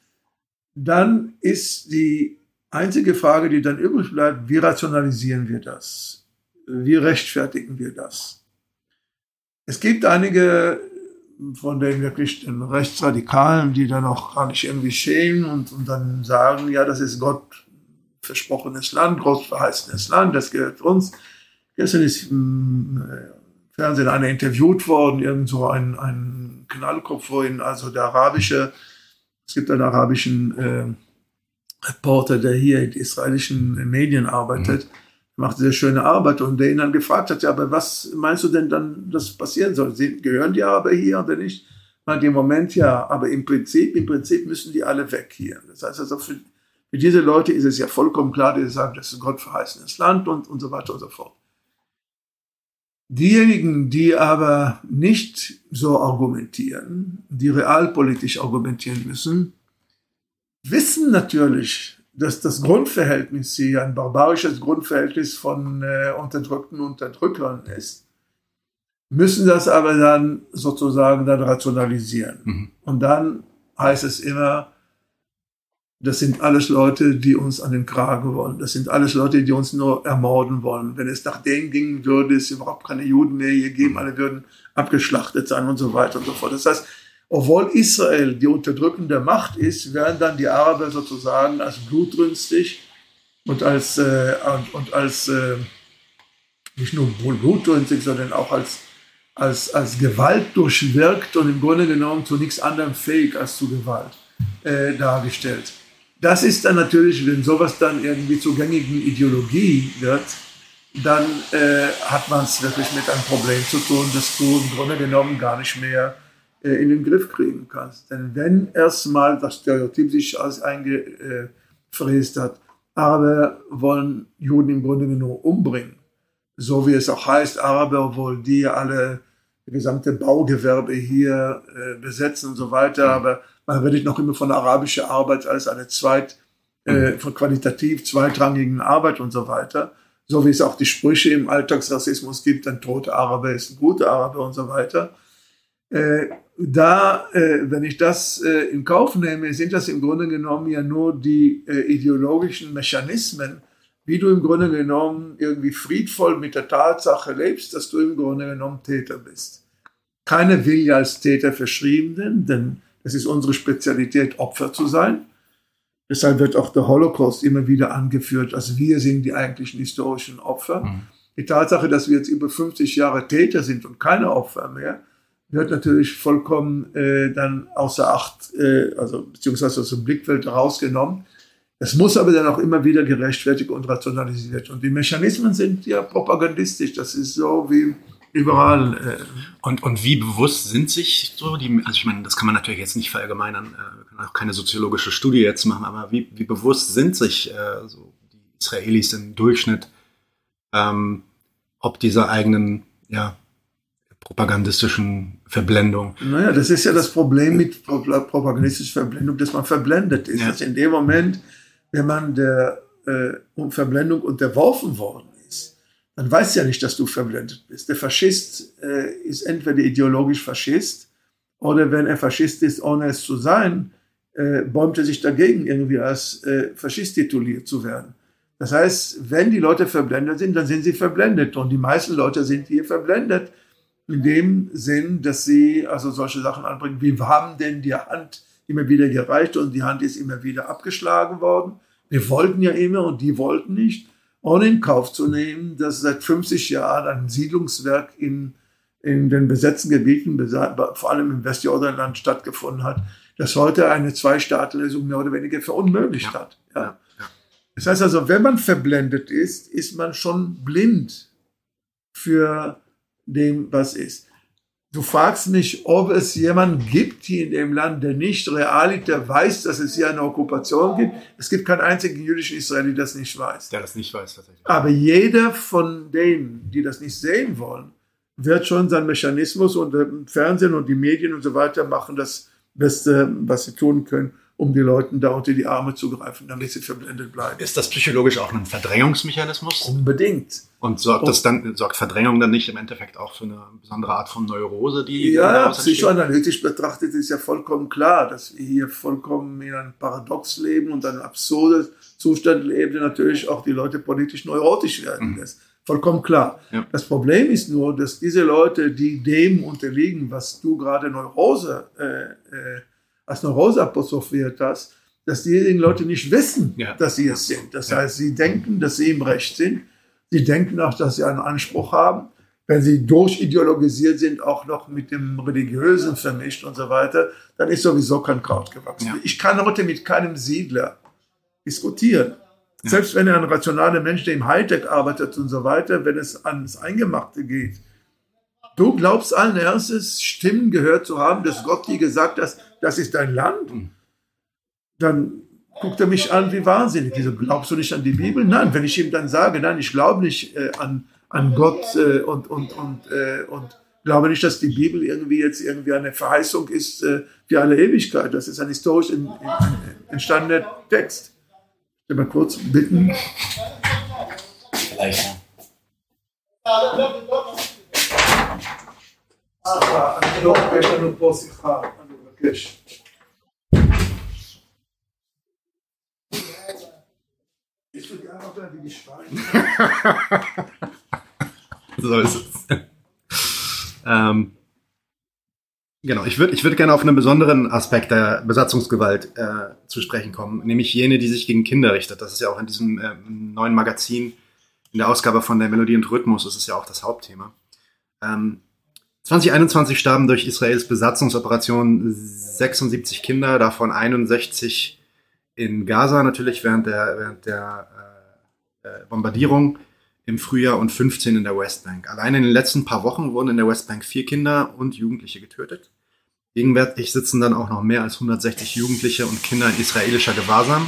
Dann ist die einzige Frage, die dann übrig bleibt, wie rationalisieren wir das? Wie rechtfertigen wir das? Es gibt einige von den wirklich den Rechtsradikalen, die dann auch gar nicht irgendwie schämen und, und dann sagen, ja, das ist Gott versprochenes Land, Gott verheißenes Land, das gehört uns. Gestern ist im Fernsehen einer interviewt worden, irgend so ein, ein Knallkopf vorhin, also der arabische, es gibt einen arabischen äh, Reporter, der hier in israelischen Medien arbeitet, mhm. macht sehr schöne Arbeit und der ihn dann gefragt hat, ja, aber was meinst du denn dann, dass passieren soll? Sie, gehören die Araber hier oder nicht? Meint im Moment ja, aber im Prinzip, im Prinzip müssen die alle weg hier. Das heißt also, für, für diese Leute ist es ja vollkommen klar, die sagen, das ist ein gottverheißenes Land und, und so weiter und so fort. Diejenigen, die aber nicht so argumentieren, die realpolitisch argumentieren müssen, wissen natürlich, dass das Grundverhältnis hier ein barbarisches Grundverhältnis von äh, Unterdrückten und Unterdrückern ist, müssen das aber dann sozusagen dann rationalisieren. Mhm. Und dann heißt es immer, das sind alles Leute, die uns an den Kragen wollen. Das sind alles Leute, die uns nur ermorden wollen. Wenn es nach denen gingen, würde es überhaupt keine Juden mehr hier geben. Alle würden abgeschlachtet sein und so weiter und so fort. Das heißt, obwohl Israel die unterdrückende Macht ist, werden dann die Araber sozusagen als blutrünstig und als, äh, und, und als äh, nicht nur blutrünstig, sondern auch als, als, als Gewalt durchwirkt und im Grunde genommen zu nichts anderem fähig als zu Gewalt äh, dargestellt. Das ist dann natürlich, wenn sowas dann irgendwie zur gängigen Ideologie wird, dann äh, hat man es wirklich mit einem Problem zu tun, das du im Grunde genommen gar nicht mehr äh, in den Griff kriegen kannst. Denn wenn erstmal das Stereotyp sich als eingefräst hat, Araber wollen Juden im Grunde genommen umbringen, so wie es auch heißt, Araber wollen die alle, das gesamte Baugewerbe hier äh, besetzen und so weiter, aber man redet noch immer von arabischer Arbeit als eine zweit, äh, von qualitativ zweitrangigen Arbeit und so weiter. So wie es auch die Sprüche im Alltagsrassismus gibt, ein toter Araber ist ein guter Araber und so weiter. Äh, da, äh, wenn ich das äh, in Kauf nehme, sind das im Grunde genommen ja nur die äh, ideologischen Mechanismen, wie du im Grunde genommen irgendwie friedvoll mit der Tatsache lebst, dass du im Grunde genommen Täter bist. Keiner will ja als Täter verschrieben werden, denn es ist unsere Spezialität, Opfer zu sein. Deshalb wird auch der Holocaust immer wieder angeführt, als wir sind die eigentlichen historischen Opfer. Mhm. Die Tatsache, dass wir jetzt über fünfzig Jahre Täter sind und keine Opfer mehr, wird natürlich vollkommen äh, dann außer Acht, äh, also beziehungsweise aus dem Blickfeld rausgenommen. Es muss aber dann auch immer wieder gerechtfertigt und rationalisiert. Und die Mechanismen sind ja propagandistisch. Das ist so wie überall. Äh. Und, und wie bewusst sind sich so die, also ich meine, das kann man natürlich jetzt nicht verallgemeinern, äh, wir können auch keine soziologische Studie jetzt machen, aber wie, wie bewusst sind sich äh, so die Israelis im Durchschnitt, ähm, ob dieser eigenen, ja, propagandistischen Verblendung? Naja, das ist ja das Problem mit propagandistischer Verblendung, dass man verblendet ist. Ja. Dass in dem Moment, wenn man der äh, Verblendung unterworfen worden ist, dann weiß ja nicht, dass du verblendet bist. Der Faschist äh, ist entweder ideologisch Faschist oder wenn er Faschist ist, ohne es zu sein, äh, bäumt er sich dagegen, irgendwie als äh, Faschist tituliert zu werden. Das heißt, wenn die Leute verblendet sind, dann sind sie verblendet. Und die meisten Leute sind hier verblendet in dem Sinn, dass sie also solche Sachen anbringen, wie wir haben denn die Hand immer wieder gereicht und die Hand ist immer wieder abgeschlagen worden. Wir wollten ja immer und die wollten nicht. ohne in Kauf zu nehmen, dass seit fünfzig Jahren ein Siedlungswerk in, in den besetzten Gebieten, vor allem im Westjordanland, stattgefunden hat, das heute eine Zwei-Staaten-Lösung mehr oder weniger verunmöglicht ja. hat. Ja. Ja. Ja. Das heißt also, wenn man verblendet ist, ist man schon blind für dem, was ist. Du fragst mich, ob es jemanden gibt hier in dem Land, der nicht realiter weiß, dass es hier eine Okkupation gibt. Es gibt keinen einzigen jüdischen Israeli, der das nicht weiß. Der das nicht weiß, tatsächlich. Aber jeder von denen, die das nicht sehen wollen, wird schon seinen Mechanismus und im Fernsehen und die Medien und so weiter machen das Beste, was sie tun können, um die Leuten da unter die Arme zu greifen, damit sie verblendet bleiben. Ist das psychologisch auch ein Verdrängungsmechanismus? Unbedingt. Und sorgt das dann, sorgt Verdrängung dann nicht im Endeffekt auch für eine besondere Art von Neurose, die ja, psychoanalytisch betrachtet ist ja vollkommen klar, dass wir hier vollkommen in einem Paradox leben und einen absurden Zustand leben, der natürlich auch die Leute politisch neurotisch werden lässt. Mhm. Vollkommen klar. Ja. Das Problem ist nur, dass diese Leute, die dem unterliegen, was du gerade Neurose, äh, äh, als Neurose apostrophiert hast, dass diejenigen Leute nicht wissen, ja. dass sie es sind. Das ja. heißt, sie denken, dass sie im Recht sind. Sie denken auch, dass sie einen Anspruch haben. Wenn sie durchideologisiert sind, auch noch mit dem Religiösen vermischt und so weiter, dann ist sowieso kein Kraut gewachsen. Ja. Ich kann heute mit keinem Siedler diskutieren. Ja. Selbst wenn er ein rationaler Mensch, der im Hightech arbeitet und so weiter, wenn es ans Eingemachte geht. Du glaubst allen Ernstes, Stimmen gehört zu haben, dass Gott dir gesagt hat, das ist dein Land? Dann guckt er mich an wie wahnsinnig. Wieso glaubst du nicht an die Bibel? Nein, wenn ich ihm dann sage, nein, ich glaube nicht äh, an, an Gott äh, und, und, und, äh, und glaube nicht, dass die Bibel irgendwie jetzt irgendwie eine Verheißung ist äh, für alle Ewigkeit. Das ist ein historisch in, in, in, entstandener Text. Ich will mal kurz bitten. Vielleicht, ja. Ah, אני לא מבקש לנו פה שיחה, אני מבקש. יש לי גם הרבה wie die Schweine. So ist es. ähm, genau, ich würde ich würd gerne auf einen besonderen Aspekt der Besatzungsgewalt äh, zu sprechen kommen, nämlich jene, die sich gegen Kinder richtet. Das ist ja auch in diesem äh, neuen Magazin, in der Ausgabe von der Melodie und Rhythmus, das ist ja auch das Hauptthema. Ähm, zwanzig einundzwanzig starben durch Israels Besatzungsoperation sechsundsiebzig Kinder, davon einundsechzig in Gaza natürlich während der, während der äh, Bombardierung im Frühjahr und fünfzehn in der Westbank. Allein in den letzten paar Wochen wurden in der Westbank vier Kinder und Jugendliche getötet. Gegenwärtig sitzen dann auch noch mehr als hundertsechzig Jugendliche und Kinder in israelischer Gewahrsam.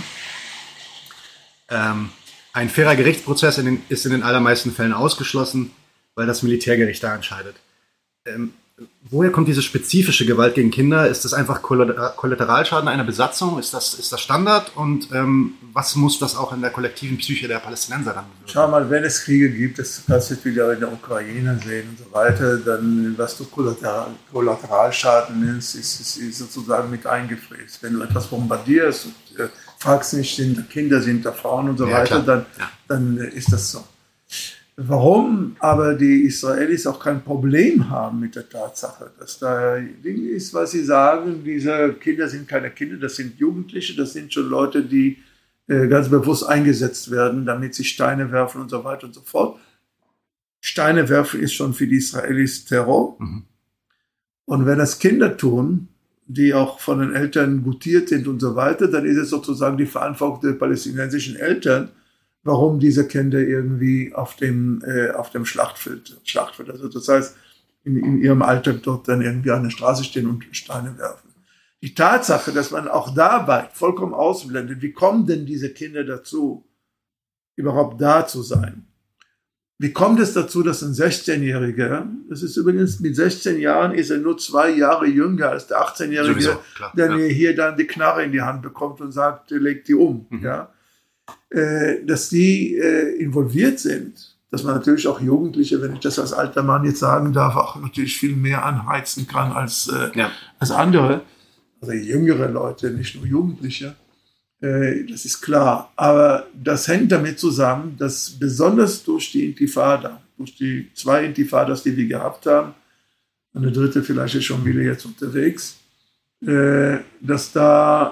Ähm, ein fairer Gerichtsprozess in den, ist in den allermeisten Fällen ausgeschlossen, weil das Militärgericht da entscheidet. Ähm, woher kommt diese spezifische Gewalt gegen Kinder? Ist das einfach Kollateralschaden einer Besatzung? Ist das, ist das Standard? Und ähm, was muss das auch in der kollektiven Psyche der Palästinenser dann bewirken? Schau mal, wenn es Kriege gibt, das kannst du wieder in der Ukraine sehen und so weiter, dann, was du Kollateral, Kollateralschaden nennst, ist, ist, ist sozusagen mit eingefräst. Wenn du etwas bombardierst und äh, fragst nicht, sind Kinder, sind da Frauen und so ja, weiter, dann, ja. dann ist das so. Warum aber die Israelis auch kein Problem haben mit der Tatsache, dass da Ding ist, was sie sagen, diese Kinder sind keine Kinder, das sind Jugendliche, das sind schon Leute, die äh, ganz bewusst eingesetzt werden, damit sie Steine werfen und so weiter und so fort. Steine werfen ist schon für die Israelis Terror. Mhm. Und wenn das Kinder tun, die auch von den Eltern gutiert sind und so weiter, dann ist es sozusagen die Verantwortung der palästinensischen Eltern, warum diese Kinder irgendwie auf dem, äh, auf dem Schlachtfeld, Schlachtfeld, also das heißt, in, in ihrem Alltag dort dann irgendwie an der Straße stehen und Steine werfen. Die Tatsache, dass man auch dabei vollkommen ausblendet, wie kommen denn diese Kinder dazu, überhaupt da zu sein? Wie kommt es dazu, dass ein sechzehnjähriger, das ist übrigens mit sechzehn Jahren, ist er nur zwei Jahre jünger als der achtzehnjährige, Sowieso, klar, der ja. hier dann die Knarre in die Hand bekommt und sagt, leg die um, mhm. ja. Dass die äh, involviert sind, dass man natürlich auch Jugendliche, wenn ich das als alter Mann jetzt sagen darf, auch natürlich viel mehr anheizen kann als, äh, ja. als andere, also jüngere Leute, nicht nur Jugendliche, äh, das ist klar. Aber das hängt damit zusammen, dass besonders durch die Intifada, durch die zwei Intifadas, die wir gehabt haben, eine dritte vielleicht ist schon wieder jetzt unterwegs, äh, dass da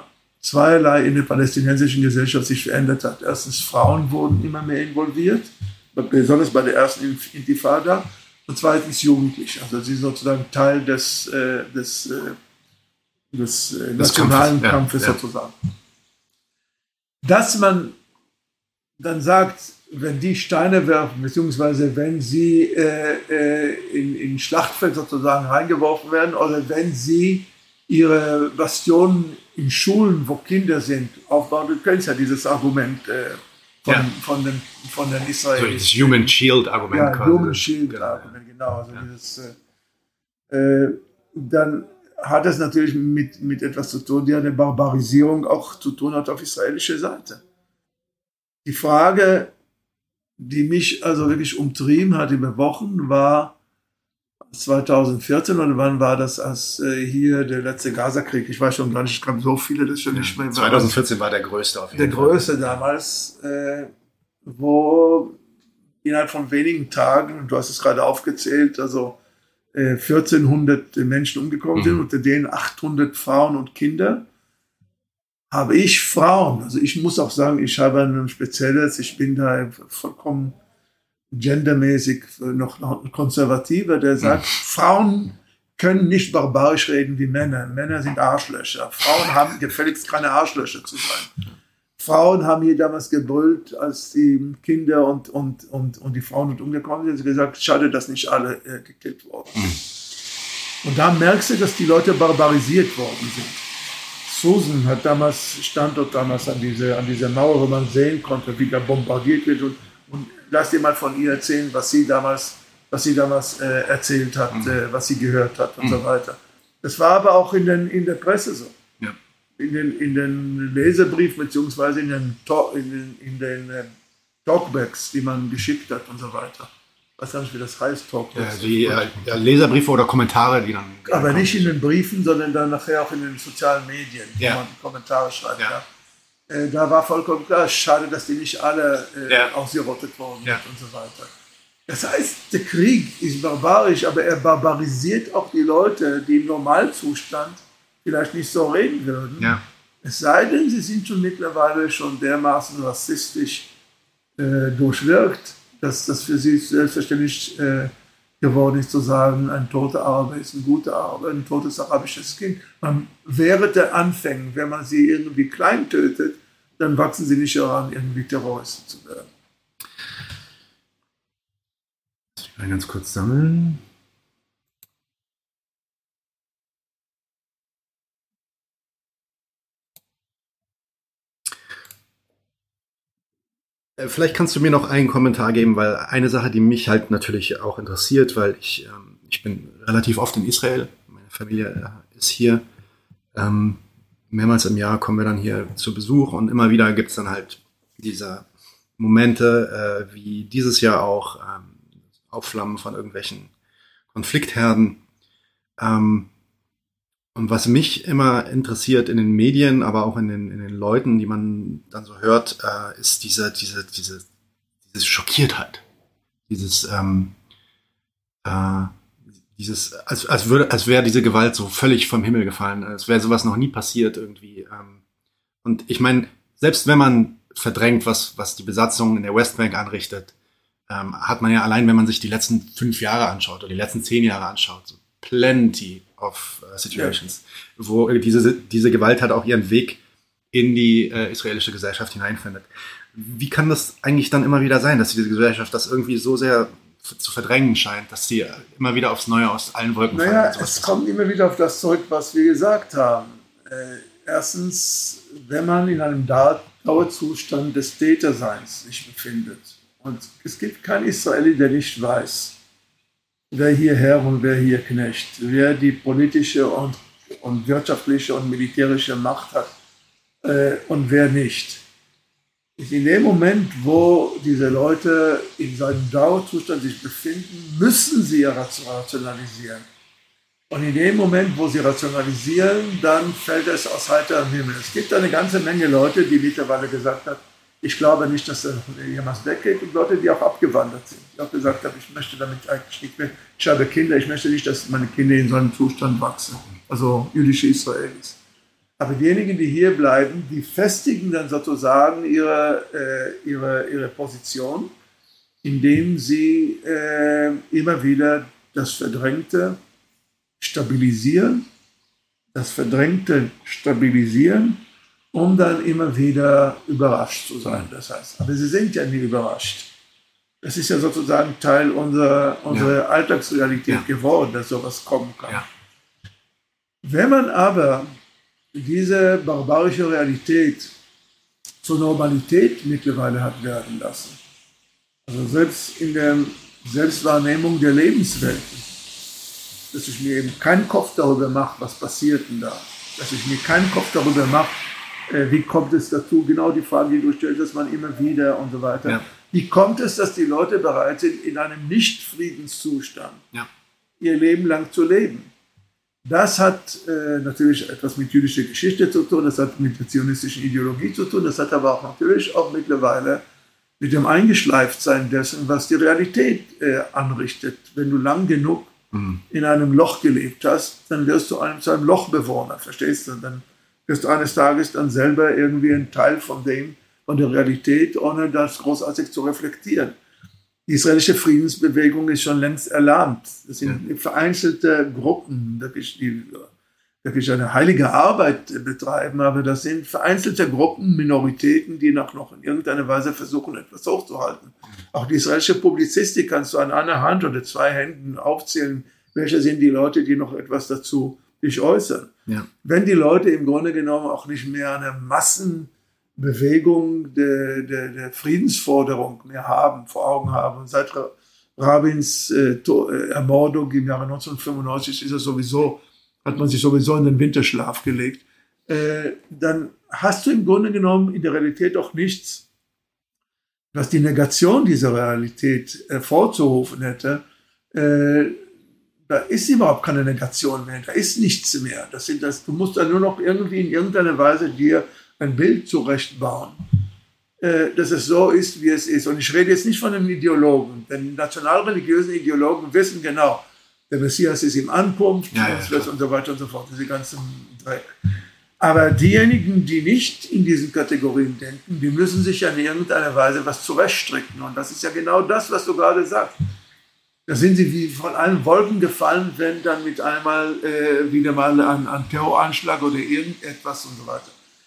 zweierlei in der palästinensischen Gesellschaft sich verändert hat. Erstens, Frauen wurden immer mehr involviert, besonders bei der ersten Intifada. Und zweitens Jugendliche. Also sie sind sozusagen Teil des, äh, des, äh, des äh, nationalen Kampfes, Kampfes ja, sozusagen. Ja. Dass man dann sagt, wenn die Steine werfen, beziehungsweise wenn sie äh, äh, in, in Schlachtfeld sozusagen reingeworfen werden oder wenn sie ihre Bastionen in Schulen, wo Kinder sind, aufbauen, du kennst ja dieses Argument äh, von, ja. von, den, von den Israelis. So das Human Shield Argument. Ja, quasi. Human Shield Argument, genau. Also ja. dieses, äh, dann hat es natürlich mit, mit etwas zu tun, die eine Barbarisierung auch zu tun hat auf israelischer Seite. Die Frage, die mich also wirklich umtrieben hat über Wochen, war zweitausendvierzehn oder wann war das, als äh, hier der letzte Gaza-Krieg, ich weiß schon gar nicht, ich glaube so viele, das schon nicht mehr. zweitausendvierzehn war der größte auf jeden der Fall. Der größte damals, äh, wo innerhalb von wenigen Tagen, du hast es gerade aufgezählt, also äh, vierzehnhundert Menschen umgekommen mhm. sind, unter denen achthundert Frauen und Kinder. Habe ich Frauen, also ich muss auch sagen, ich habe ein spezielles, ich bin da vollkommen gendermäßig noch, noch ein Konservativer, der sagt, mhm. Frauen können nicht barbarisch reden wie Männer. Männer sind Arschlöcher. Frauen haben gefälligst keine Arschlöcher zu sein. Frauen haben hier damals gebrüllt, als die Kinder und, und, und, und die Frauen und umgekommen sind, sie gesagt, schade, dass nicht alle äh, gekillt wurden. Mhm. Und da merkst du, dass die Leute barbarisiert worden sind. Susan hat damals, stand dort damals an dieser an diese Mauer, wo man sehen konnte, wie da bombardiert wird. Und, und lass dir mal von ihr erzählen, was sie damals, was sie damals äh, erzählt hat, mhm. äh, was sie gehört hat und mhm. so weiter. Das war aber auch in, den, in der Presse so. Ja. In den, in den Leserbriefen beziehungsweise in den, in den, in den äh, Talkbacks, die man geschickt hat und so weiter. Ich weiß gar nicht, wie das heißt, Talkbacks. Ja, die äh, ja, Leserbriefe oder Kommentare, die dann... Aber nicht in den Briefen, sondern dann nachher auch in den sozialen Medien, ja. wo man Kommentare schreibt. Ja. Ja. Äh, da war vollkommen klar, schade, dass die nicht alle äh, ja. ausgerottet worden ja. sind und so weiter. Das heißt, der Krieg ist barbarisch, aber er barbarisiert auch die Leute, die im Normalzustand vielleicht nicht so reden würden. Ja. Es sei denn, sie sind schon mittlerweile schon dermaßen rassistisch äh, durchwirkt, dass das für sie selbstverständlich äh, geworden ist, zu sagen, ein toter Araber ist ein guter Araber, ein totes arabisches Kind. Man, während der Anfängen, wenn man sie irgendwie klein tötet, dann wachsen sie nicht heran, irgendwie Terroristen zu werden. Ich will ganz kurz sammeln. Vielleicht kannst du mir noch einen Kommentar geben, weil eine Sache, die mich halt natürlich auch interessiert, weil ich, ähm, ich bin relativ oft in Israel, meine Familie äh, ist hier, ähm, mehrmals im Jahr kommen wir dann hier zu Besuch und immer wieder gibt es dann halt diese Momente, äh, wie dieses Jahr auch, ähm, Aufflammen von irgendwelchen Konfliktherden. Ähm, und was mich immer interessiert in den Medien, aber auch in den, in den Leuten, die man dann so hört, äh, ist diese, diese, diese, diese Schockiertheit. Dieses, ähm, äh, dieses, als, als würde, als wäre diese Gewalt so völlig vom Himmel gefallen, als wäre sowas noch nie passiert irgendwie. Ähm. Und ich meine, selbst wenn man verdrängt, was, was die Besatzung in der Westbank anrichtet, ähm, hat man ja allein, wenn man sich die letzten fünf Jahre anschaut oder die letzten zehn Jahre anschaut, so plenty of uh, situations, ja. wo diese, diese Gewalt halt auch ihren Weg in die äh, israelische Gesellschaft hineinfindet. Wie kann das eigentlich dann immer wieder sein, dass diese Gesellschaft das irgendwie so sehr f- zu verdrängen scheint, dass sie immer wieder aufs Neue aus allen Wolken fallen? Naja, es kommt immer wieder auf das zurück, was wir gesagt haben. Äh, erstens, wenn man in einem Dauerzustand des Täterseins sich befindet, und es gibt keinen Israeli, der nicht weiß, wer hier Herr und wer hier Knecht, wer die politische und, und wirtschaftliche und militärische Macht hat äh, und wer nicht. In dem Moment, wo diese Leute in seinem Dauerzustand sich befinden, müssen sie rationalisieren. Und in dem Moment, wo sie rationalisieren, dann fällt es aus heiterem Himmel. Es gibt eine ganze Menge Leute, die mittlerweile gesagt haben, ich glaube nicht, dass er jemals weggeht, und Leute, die auch abgewandert sind, die auch gesagt haben, ich möchte damit eigentlich nicht mehr, ich habe Kinder, ich möchte nicht, dass meine Kinder in so einem Zustand wachsen, also jüdische Israelis. Aber diejenigen, die hier bleiben, die festigen dann sozusagen ihre, äh, ihre, ihre Position, indem sie äh, immer wieder das Verdrängte stabilisieren, das Verdrängte stabilisieren, um dann immer wieder überrascht zu sein. Das heißt, aber sie sind ja nie überrascht. Das ist ja sozusagen Teil unserer, unserer ja. Alltagsrealität ja. geworden, dass sowas kommen kann. Ja. Wenn man aber diese barbarische Realität zur Normalität mittlerweile hat werden lassen, also selbst in der Selbstwahrnehmung der Lebenswelten, dass ich mir eben keinen Kopf darüber mache, was passiert denn da, dass ich mir keinen Kopf darüber mache, äh, wie kommt es dazu, genau die Frage, die du stellst, dass man immer wieder und so weiter. Ja. Wie kommt es, dass die Leute bereit sind, in einem Nicht-Friedenszustand ja. ihr Leben lang zu leben? Das hat äh, natürlich etwas mit jüdischer Geschichte zu tun, das hat mit der zionistischen Ideologie zu tun, das hat aber auch natürlich auch mittlerweile mit dem Eingeschleiftsein dessen, was die Realität äh, anrichtet. Wenn du lang genug mhm. in einem Loch gelebt hast, dann wirst du einem, zu einem Lochbewohner, verstehst du? Dann wirst du eines Tages dann selber irgendwie ein Teil von dem, von der Realität, ohne das großartig zu reflektieren. Die israelische Friedensbewegung ist schon längst erlahmt. Das sind ja. vereinzelte Gruppen, wirklich, die wirklich eine heilige Arbeit betreiben, aber das sind vereinzelte Gruppen, Minoritäten, die noch, noch in irgendeiner Weise versuchen, etwas hochzuhalten. Auch die israelische Publizistik kannst du an einer Hand oder zwei Händen aufzählen, welche sind die Leute, die noch etwas dazu sich äußern. Ja. Wenn die Leute im Grunde genommen auch nicht mehr eine Massenbewegung der, der, der Friedensforderung mehr haben, vor Augen haben. Und seit Rabins äh, Ermordung im Jahre neunzehnhundertfünfundneunzig ist es sowieso, hat man sich sowieso in den Winterschlaf gelegt, äh, dann hast du im Grunde genommen in der Realität auch nichts, was die Negation dieser Realität hervorzurufen hätte. Äh, da ist überhaupt keine Negation mehr, da ist nichts mehr. Das sind das, du musst dann nur noch irgendwie in irgendeiner Weise dir ein Bild zurechtbauen, äh, dass es so ist, wie es ist. Und ich rede jetzt nicht von einem Ideologen, denn nationalreligiösen Ideologen wissen genau, der Messias ist im Ankunft ja, ja, und so weiter und so fort, diese ganzen Dreck. Aber diejenigen, die nicht in diesen Kategorien denken, die müssen sich ja in irgendeiner Weise was zurechtstricken. Und das ist ja genau das, was du gerade sagst. Da sind sie wie von allen Wolken gefallen, wenn dann mit einmal äh, wieder mal ein, ein Terroranschlag oder irgendetwas und so weiter.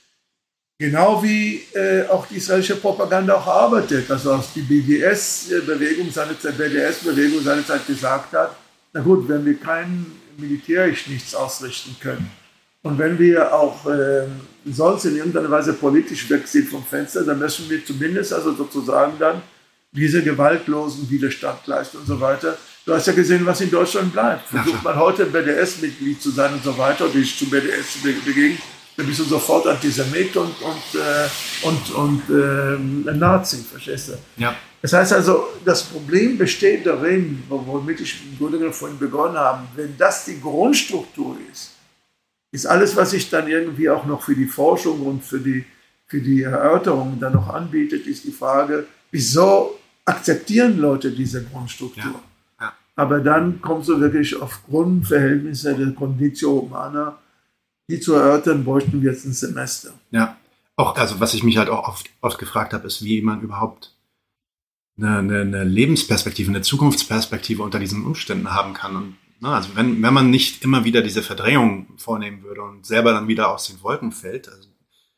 Genau wie äh, auch die israelische Propaganda auch arbeitet. Also aus die B D S-Bewegung seinerzeit, B D S-Bewegung seinerzeit gesagt hat, na gut, wenn wir kein militärisch nichts ausrichten können und wenn wir auch äh, sonst in irgendeiner Weise politisch weg sind vom Fenster, dann müssen wir zumindest also sozusagen dann diese gewaltlosen Widerstand leisten und so weiter. Du hast ja gesehen, was in Deutschland bleibt. Versucht man heute B D S-Mitglied zu sein und so weiter, und dich zu B D S zu begegnen, dann bist du sofort Antisemit und, und, äh, und, und äh, ein Nazi, verstehst du? Ja. Das heißt also, das Problem besteht darin, womit ich im Grunde genommen vorhin begonnen habe, wenn das die Grundstruktur ist, ist alles, was sich dann irgendwie auch noch für die Forschung und für die, für die Erörterung dann noch anbietet, ist die Frage, wieso akzeptieren Leute diese Grundstruktur? Ja. Ja. Aber dann kommst du wirklich auf Grundverhältnisse der Conditio Humana, die zu erörtern, bräuchten wir jetzt ein Semester. Ja, auch, also was ich mich halt auch oft, oft gefragt habe, ist, wie man überhaupt eine, eine, eine Lebensperspektive, eine Zukunftsperspektive unter diesen Umständen haben kann. Und na, also wenn, wenn man nicht immer wieder diese Verdrängung vornehmen würde und selber dann wieder aus den Wolken fällt, also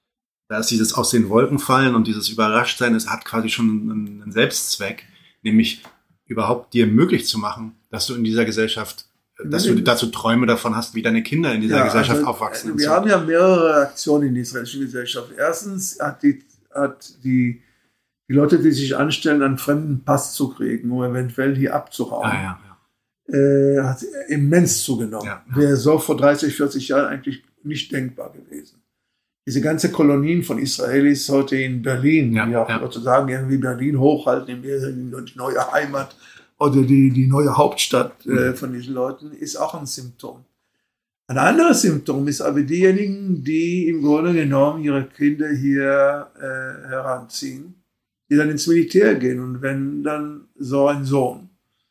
da ist dieses aus den Wolken fallen und dieses Überraschtsein, es hat quasi schon einen, einen Selbstzweck, nämlich überhaupt dir möglich zu machen, dass du in dieser Gesellschaft, dass du dazu Träume davon hast, wie deine Kinder in dieser ja, Gesellschaft also, aufwachsen. Wir so. haben ja mehrere Aktionen in der israelischen Gesellschaft. Erstens hat die, hat die, die Leute, die sich anstellen, einen fremden Pass zu kriegen, um eventuell hier abzuhauen, ah, ja, ja. Äh, hat immens zugenommen. Ja, ja. Wäre so vor dreißig, vierzig Jahren eigentlich nicht denkbar gewesen. Diese ganze Kolonien von Israelis heute in Berlin, ja, die auch ja. sozusagen irgendwie Berlin hochhalten, die neue Heimat oder die, die neue Hauptstadt äh, von diesen Leuten, ist auch ein Symptom. Ein anderes Symptom ist aber diejenigen, die im Grunde genommen ihre Kinder hier äh, heranziehen, die dann ins Militär gehen. Und wenn dann so ein Sohn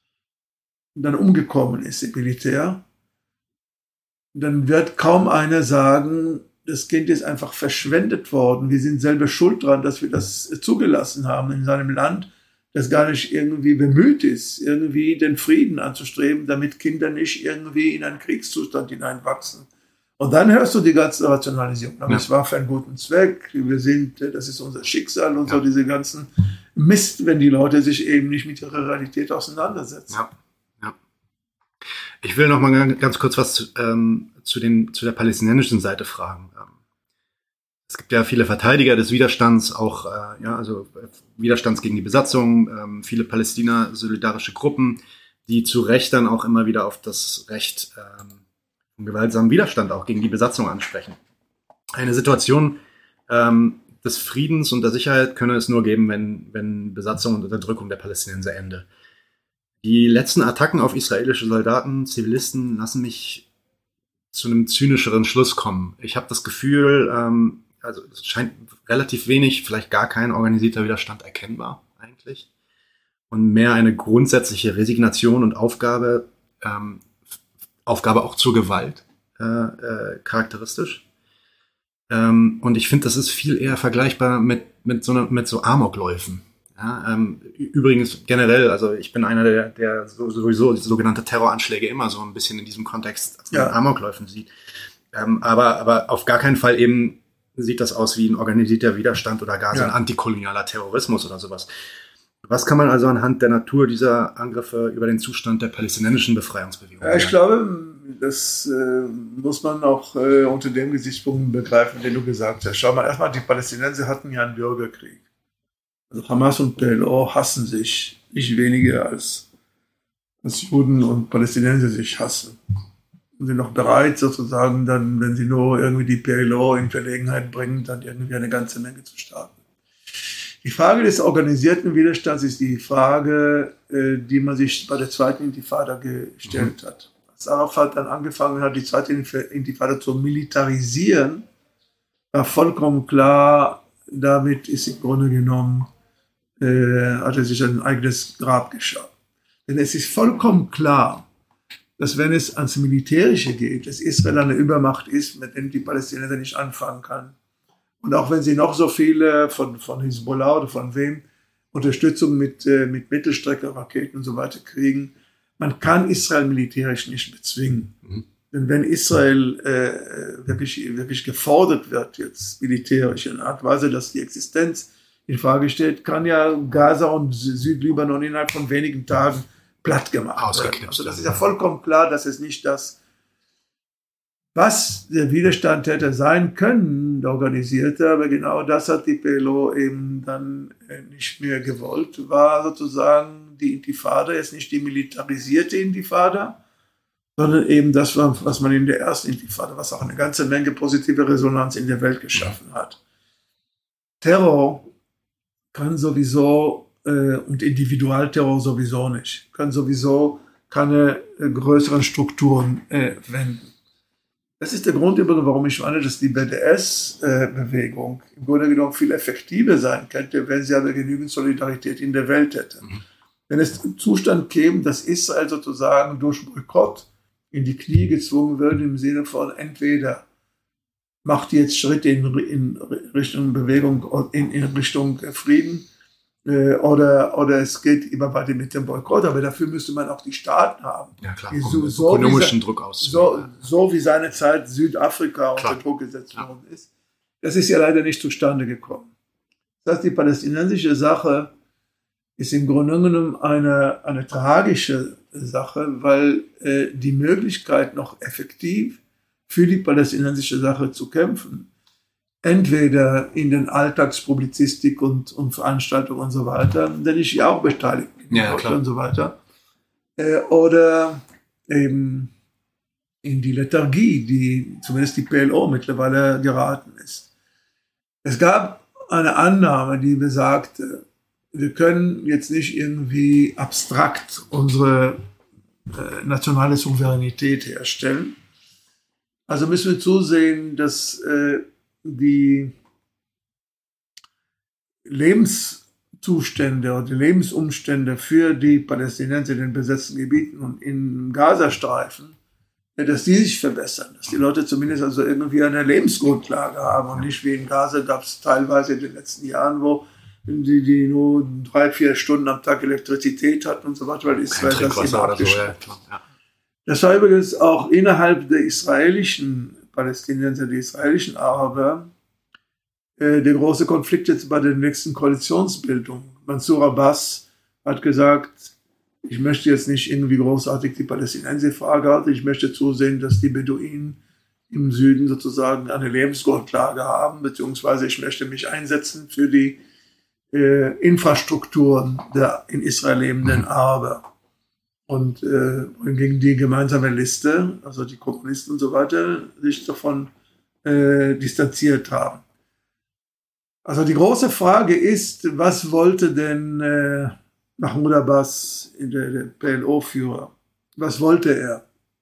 dann umgekommen ist im Militär, dann wird kaum einer sagen, das Kind ist einfach verschwendet worden. Wir sind selber schuld dran, dass wir das zugelassen haben in seinem Land, das gar nicht irgendwie bemüht ist, irgendwie den Frieden anzustreben, damit Kinder nicht irgendwie in einen Kriegszustand hineinwachsen. Und dann hörst du die ganze Rationalisierung. Aber ja. Es war für einen guten Zweck. Wir sind, das ist unser Schicksal und ja. so diese ganzen Mist, wenn die Leute sich eben nicht mit ihrer Realität auseinandersetzen. Ja. Ja. Ich will noch mal ganz kurz was zu, ähm, zu, den, zu der palästinensischen Seite fragen. Es gibt ja viele Verteidiger des Widerstands, auch äh, ja, also Widerstands gegen die Besatzung, ähm, viele Palästina-solidarische Gruppen, die zu Recht dann auch immer wieder auf das Recht ähm, vom gewaltsamen Widerstand auch gegen die Besatzung ansprechen. Eine Situation ähm, des Friedens und der Sicherheit könne es nur geben, wenn, wenn Besatzung und Unterdrückung der Palästinenser ende. Die letzten Attacken auf israelische Soldaten, Zivilisten lassen mich zu einem zynischeren Schluss kommen. Ich habe das Gefühl, ähm, also es scheint relativ wenig, vielleicht gar kein organisierter Widerstand erkennbar eigentlich. Und mehr eine grundsätzliche Resignation und Aufgabe, ähm, Aufgabe auch zur Gewalt äh, äh, charakteristisch. Ähm, und ich finde, das ist viel eher vergleichbar mit, mit, so, einer, mit so Amokläufen. Ja, ähm, übrigens generell, also ich bin einer, der, der sowieso die sogenannte Terroranschläge immer so ein bisschen in diesem Kontext als ja. Amokläufen sieht. Ähm, aber, aber auf gar keinen Fall eben sieht das aus wie ein organisierter Widerstand oder gar so ein ja. antikolonialer Terrorismus oder sowas. Was kann man also anhand der Natur dieser Angriffe über den Zustand der palästinensischen Befreiungsbewegung ja, ich glaube, das äh, muss man auch äh, unter dem Gesichtspunkt begreifen, den du gesagt hast. Schau mal, erstmal, die Palästinenser hatten ja einen Bürgerkrieg. Also Hamas und P L O hassen sich nicht weniger als, als Juden und Palästinenser sich hassen. Und sind noch bereit, sozusagen, dann, wenn sie nur irgendwie die P L O in Verlegenheit bringen, dann irgendwie eine ganze Menge zu starten. Die Frage des organisierten Widerstands ist die Frage, die man sich bei der zweiten Intifada gestellt mhm. hat. Als Arafat dann angefangen hat, die zweite Intifada zu militarisieren, war vollkommen klar, damit ist im Grunde genommen, äh, hat er sich ein eigenes Grab geschaut. Denn es ist vollkommen klar, dass wenn es ans Militärische geht, dass Israel eine Übermacht ist, mit der die Palästinenser nicht anfangen kann. Und auch wenn sie noch so viele von, von Hezbollah oder von wem Unterstützung mit, äh, mit Mittelstrecke-Raketen und so weiter kriegen, man kann Israel militärisch nicht bezwingen. Mhm. Denn wenn Israel äh, wirklich, wirklich gefordert wird, jetzt militärisch in einer Art und Weise, dass die Existenz in Frage steht, kann ja Gaza und Südlibanon innerhalb von wenigen Tagen platt gemacht werden. Also das ist ja vollkommen klar, dass es nicht das, was der Widerstand hätte sein können, der organisierte, aber genau das hat die P L O eben dann nicht mehr gewollt, war sozusagen die Intifada, jetzt nicht die militarisierte Intifada, sondern eben das, was man in der ersten Intifada, was auch eine ganze Menge positive Resonanz in der Welt geschaffen hat. Terror kann sowieso und Individualterror sowieso nicht, kann sowieso keine äh, größeren Strukturen äh, wenden. Das ist der Grund übrigens, warum ich meine, dass die B D S-Bewegung äh, im Grunde genommen viel effektiver sein könnte, wenn sie aber genügend Solidarität in der Welt hätte. Mhm. Wenn es zum Zustand käme, dass Israel sozusagen durch Boykott in die Knie gezwungen wird, im Sinne von entweder macht jetzt Schritte in, in Richtung Bewegung, in, in Richtung Frieden, Oder, oder es geht immer weiter mit dem Boykott, aber dafür müsste man auch die Staaten haben. Ja, klar, die so, so ökonomischen Druck aus. So, so wie seinerzeit Südafrika klar. unter Druck gesetzt ja. worden ist. Das ist ja leider nicht zustande gekommen. Das heißt, die palästinensische Sache ist im Grunde genommen eine, eine tragische Sache, weil äh, die Möglichkeit, noch effektiv für die palästinensische Sache zu kämpfen, entweder in den Alltagspublizistik und, und Veranstaltungen und so weiter, denn ich ja auch beteiligt bin ja, klar. und so weiter, äh, oder eben in die Lethargie, die zumindest die P L O mittlerweile geraten ist. Es gab eine Annahme, die besagte, wir können jetzt nicht irgendwie abstrakt unsere äh, nationale Souveränität herstellen. Also müssen wir zusehen, dass äh, die Lebenszustände oder die Lebensumstände für die Palästinenser in den besetzten Gebieten und im Gazastreifen dass die sich verbessern, dass die Leute zumindest also irgendwie eine Lebensgrundlage haben und nicht wie in Gaza gab es teilweise in den letzten Jahren, wo die, die nur drei, vier Stunden am Tag Elektrizität hatten und so weiter, weil Israel das immer abgeschafft hat. So, ja. Das war übrigens auch innerhalb der israelischen Palästinenser, die israelischen Araber, äh, der große Konflikt jetzt bei der nächsten Koalitionsbildung. Mansour Abbas hat gesagt, ich möchte jetzt nicht irgendwie großartig die Palästinenser verärgern, ich möchte zusehen, dass die Beduinen im Süden sozusagen eine Lebensgrundlage haben, beziehungsweise ich möchte mich einsetzen für die äh, Infrastrukturen der in Israel lebenden Araber. Und äh, gegen die gemeinsame Liste, also die Kommunisten und so weiter, sich davon äh, distanziert haben. Also die große Frage ist, was wollte denn äh, Mahmoud Abbas, der, der P L O-Führer, was wollte er?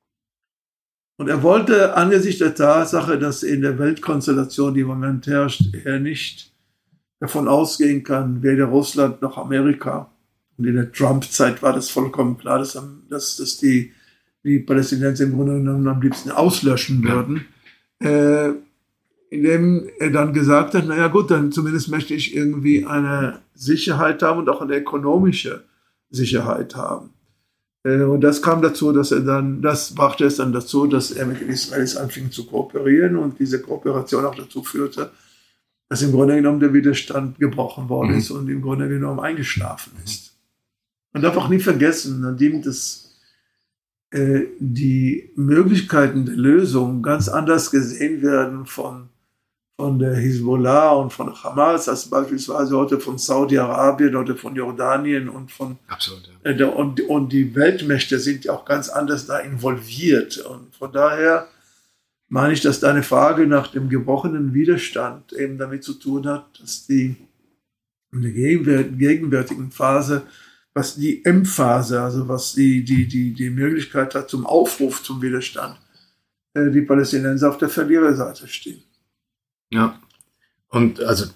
Und er wollte angesichts der Tatsache, dass in der Weltkonstellation, die im Moment herrscht, er nicht davon ausgehen kann, weder Russland noch Amerika. Und in der Trump-Zeit war das vollkommen klar, dass, dass, dass die, die Palästinenser im Grunde genommen am liebsten auslöschen würden. Ja. Äh, indem er dann gesagt hat, naja gut, dann zumindest möchte ich irgendwie eine Sicherheit haben und auch eine ökonomische Sicherheit haben. Und das kam dazu, dass er dann, das brachte es dann dazu, dass er mit den Israelis anfing zu kooperieren und diese Kooperation auch dazu führte, dass im Grunde genommen der Widerstand gebrochen worden mhm. ist und im Grunde genommen eingeschlafen ist. Man darf auch nie vergessen, nachdem das, äh, die Möglichkeiten der Lösung ganz anders gesehen werden von von der Hisbollah und von Hamas, als beispielsweise heute von Saudi-Arabien oder von Jordanien und von Absolut, ja. äh, und, und die Weltmächte sind ja auch ganz anders da involviert. Und von daher meine ich, dass deine Frage nach dem gebrochenen Widerstand eben damit zu tun hat, dass die in der gegenwärtigen Phase, was die M-Phase, also was die, die, die, die Möglichkeit hat zum Aufruf zum Widerstand, äh, die Palästinenser auf der Verliererseite stehen. Ja, und also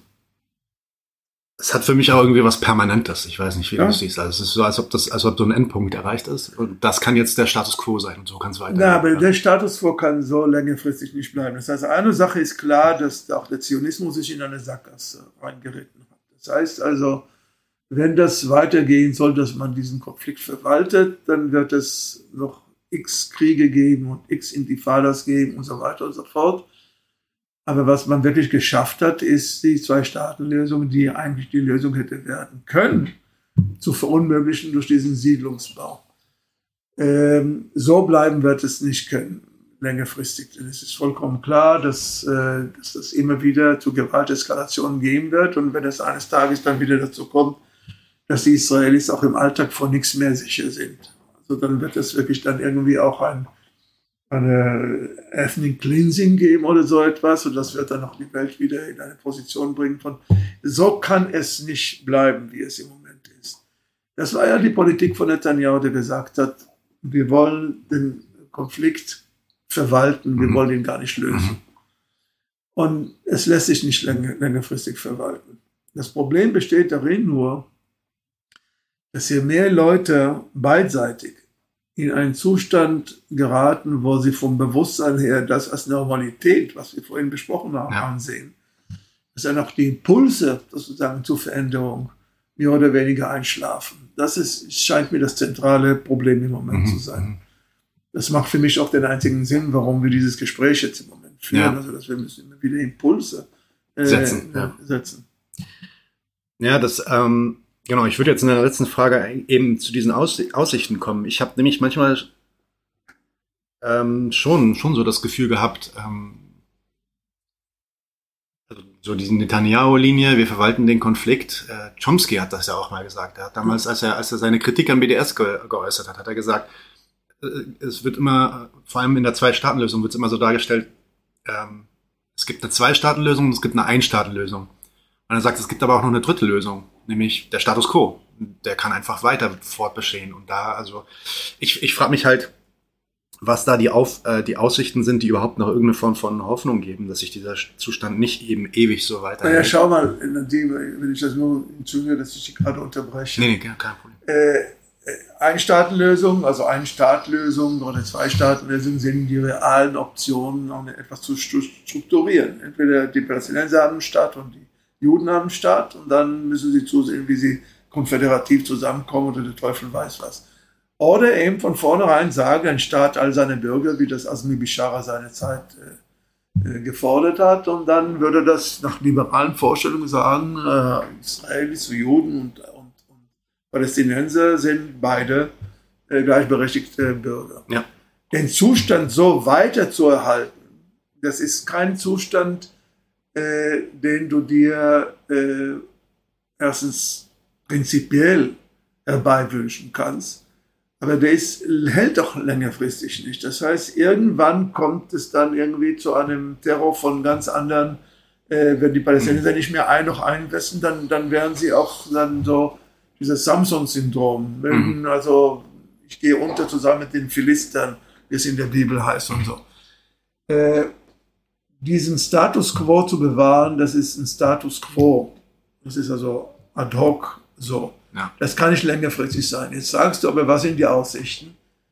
es hat für mich auch irgendwie was Permanentes. Ich weiß nicht, wie ja. du es siehst. Also es ist so, als ob das, als ob so ein Endpunkt erreicht ist. Und das kann jetzt der Status quo sein und so kann es weitergehen. Ja, aber der Status quo kann so längerfristig nicht bleiben. Das heißt, eine Sache ist klar, dass auch der Zionismus sich in eine Sackgasse reingeritten hat. Das heißt also, wenn das weitergehen soll, dass man diesen Konflikt verwaltet, dann wird es noch x Kriege geben und x Intifadas geben und so weiter und so fort. Aber was man wirklich geschafft hat, ist die Zwei-Staaten-Lösung, die eigentlich die Lösung hätte werden können, zu verunmöglichen durch diesen Siedlungsbau. Ähm, so bleiben wird es nicht können, längerfristig. Denn es ist vollkommen klar, dass, äh, dass es immer wieder zu Gewalteskalationen geben wird. Und wenn es eines Tages dann wieder dazu kommt, dass die Israelis auch im Alltag vor nichts mehr sicher sind. Also dann wird es wirklich dann irgendwie auch ein eine Ethnic Cleansing geben oder so etwas und das wird dann auch die Welt wieder in eine Position bringen von, so kann es nicht bleiben, wie es im Moment ist. Das war ja die Politik von Netanyahu, der gesagt hat, wir wollen den Konflikt verwalten, wir mhm. wollen ihn gar nicht lösen. Mhm. Und es lässt sich nicht länger, längerfristig verwalten. Das Problem besteht darin nur, dass hier mehr Leute beidseitig in einen Zustand geraten, wo sie vom Bewusstsein her das als Normalität, was wir vorhin besprochen haben, ja. ansehen. Dass dann auch die Impulse sozusagen zur Veränderung mehr oder weniger einschlafen. Das ist, scheint mir das zentrale Problem im Moment mhm. zu sein. Das macht für mich auch den einzigen Sinn, warum wir dieses Gespräch jetzt im Moment führen. Ja. Also, dass wir müssen immer wieder Impulse äh, setzen. Ja. setzen. Ja, das, ähm genau, ich würde jetzt in der letzten Frage eben zu diesen Aus- Aussichten kommen. Ich habe nämlich manchmal ähm, schon, schon so das Gefühl gehabt, ähm, also so diese Netanyahu-Linie, wir verwalten den Konflikt. Äh, Chomsky hat das ja auch mal gesagt. Er hat damals, als er, als er seine Kritik an B D S ge- geäußert hat, hat er gesagt, äh, es wird immer, vor allem in der Zwei-Staaten-Lösung wird es immer so dargestellt, ähm, es gibt eine Zwei-Staaten-Lösung und es gibt eine Ein-Staaten-Lösung. Und er sagt, es gibt aber auch noch eine dritte Lösung, nämlich der Status quo. Der kann einfach weiter fortbestehen. Und da, also, ich, ich frage mich halt, was da die, Auf, äh, die Aussichten sind, die überhaupt noch irgendeine Form von Hoffnung geben, dass sich dieser Zustand nicht eben ewig so weiterhält. Naja, schau mal, wenn ich das nur entschuldige, dass ich dich gerade unterbreche. Nee, nee, kein Problem. Äh, Ein-Staaten-Lösung, also Ein-Staat-Lösung oder Zwei-Staaten-Lösung sind die realen Optionen, um etwas zu strukturieren. Entweder die Palästinenser haben einen Staat und die Juden haben einen Staat und dann müssen sie zusehen, wie sie konföderativ zusammenkommen oder der Teufel weiß was. Oder eben von vornherein sagen, ein Staat all seine Bürger, wie das Azmi Bishara seinerzeit äh, gefordert hat, und dann würde das nach liberalen Vorstellungen sagen, äh, Israelis, Juden und, und, und Palästinenser sind beide äh, gleichberechtigte Bürger. Ja. Den Zustand so weiter zu erhalten, das ist kein Zustand, äh, den du dir äh, erstens prinzipiell herbeiwünschen kannst, aber der ist, hält doch längerfristig nicht. Das heißt, irgendwann kommt es dann irgendwie zu einem Terror von ganz anderen, äh, wenn die Palästinenser nicht mehr ein noch einwessen, dann, dann werden sie auch dann so dieses Samson-Syndrom, mhm. also ich gehe unter zusammen mit den Philistern, wie es in der Bibel heißt und so. Äh, diesen Status quo zu bewahren, das ist ein Status quo. Das ist also ad hoc so. Ja. Das kann nicht längerfristig sein. Jetzt sagst du aber, was sind die Aussichten?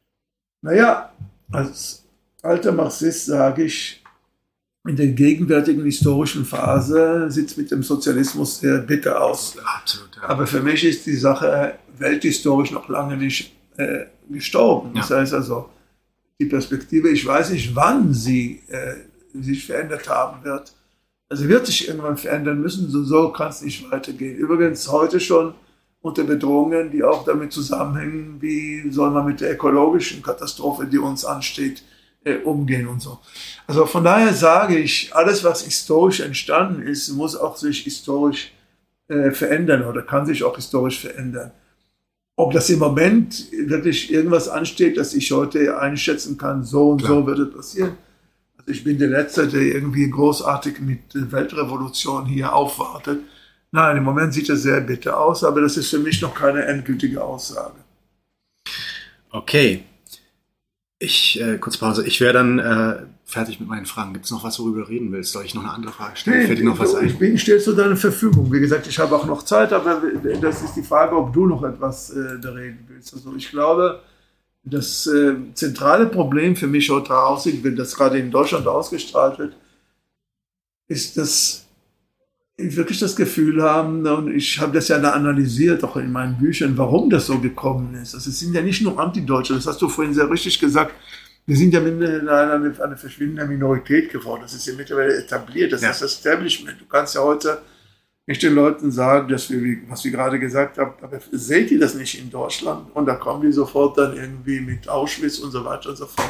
Naja, als alter Marxist sage ich, in der gegenwärtigen historischen Phase sieht es mit dem Sozialismus sehr bitter aus. Absolut, ja. Aber für mich ist die Sache welthistorisch noch lange nicht äh, gestorben. Ja. Das heißt also, die Perspektive, ich weiß nicht, wann sie äh, sich verändert haben wird. Also wird sich irgendwann verändern müssen, so, so kann es nicht weitergehen. Übrigens heute schon unter Bedrohungen, die auch damit zusammenhängen, wie soll man mit der ökologischen Katastrophe, die uns ansteht, äh, umgehen und so. Also von daher sage ich, alles, was historisch entstanden ist, muss auch sich historisch äh, verändern oder kann sich auch historisch verändern. Ob das im Moment wirklich irgendwas ansteht, das ich heute einschätzen kann, so und Klar. so wird es passieren. Also ich bin der Letzte, der irgendwie großartig mit Weltrevolution hier aufwartet. Nein, im Moment sieht es sehr bitter aus, aber das ist für mich noch keine endgültige Aussage. Okay. Ich, äh, kurz Pause. Ich wäre dann äh, fertig mit meinen Fragen. Gibt es noch was, worüber du reden willst? Soll ich noch eine andere Frage stellen? Nee, Fällt dir noch was ein? Ich bin stets zu deiner Verfügung. Wie gesagt, ich habe auch noch Zeit, aber das ist die Frage, ob du noch etwas äh, da reden willst. Also ich glaube, das äh, zentrale Problem für mich heute aussieht, wenn das gerade in Deutschland ausgestrahlt wird, ist, dass wirklich das Gefühl haben, und ich habe das ja analysiert, auch in meinen Büchern, warum das so gekommen ist. Also es sind ja nicht nur Antideutsche, das hast du vorhin sehr richtig gesagt, wir sind ja mittlerweile eine, eine verschwindende Minorität geworden, das ist ja mittlerweile etabliert, das ja. ist das Establishment. Du kannst ja heute nicht den Leuten sagen, dass wir, was wir gerade gesagt haben, aber seht ihr das nicht in Deutschland? Und da kommen die sofort dann irgendwie mit Auschwitz und so weiter und so fort.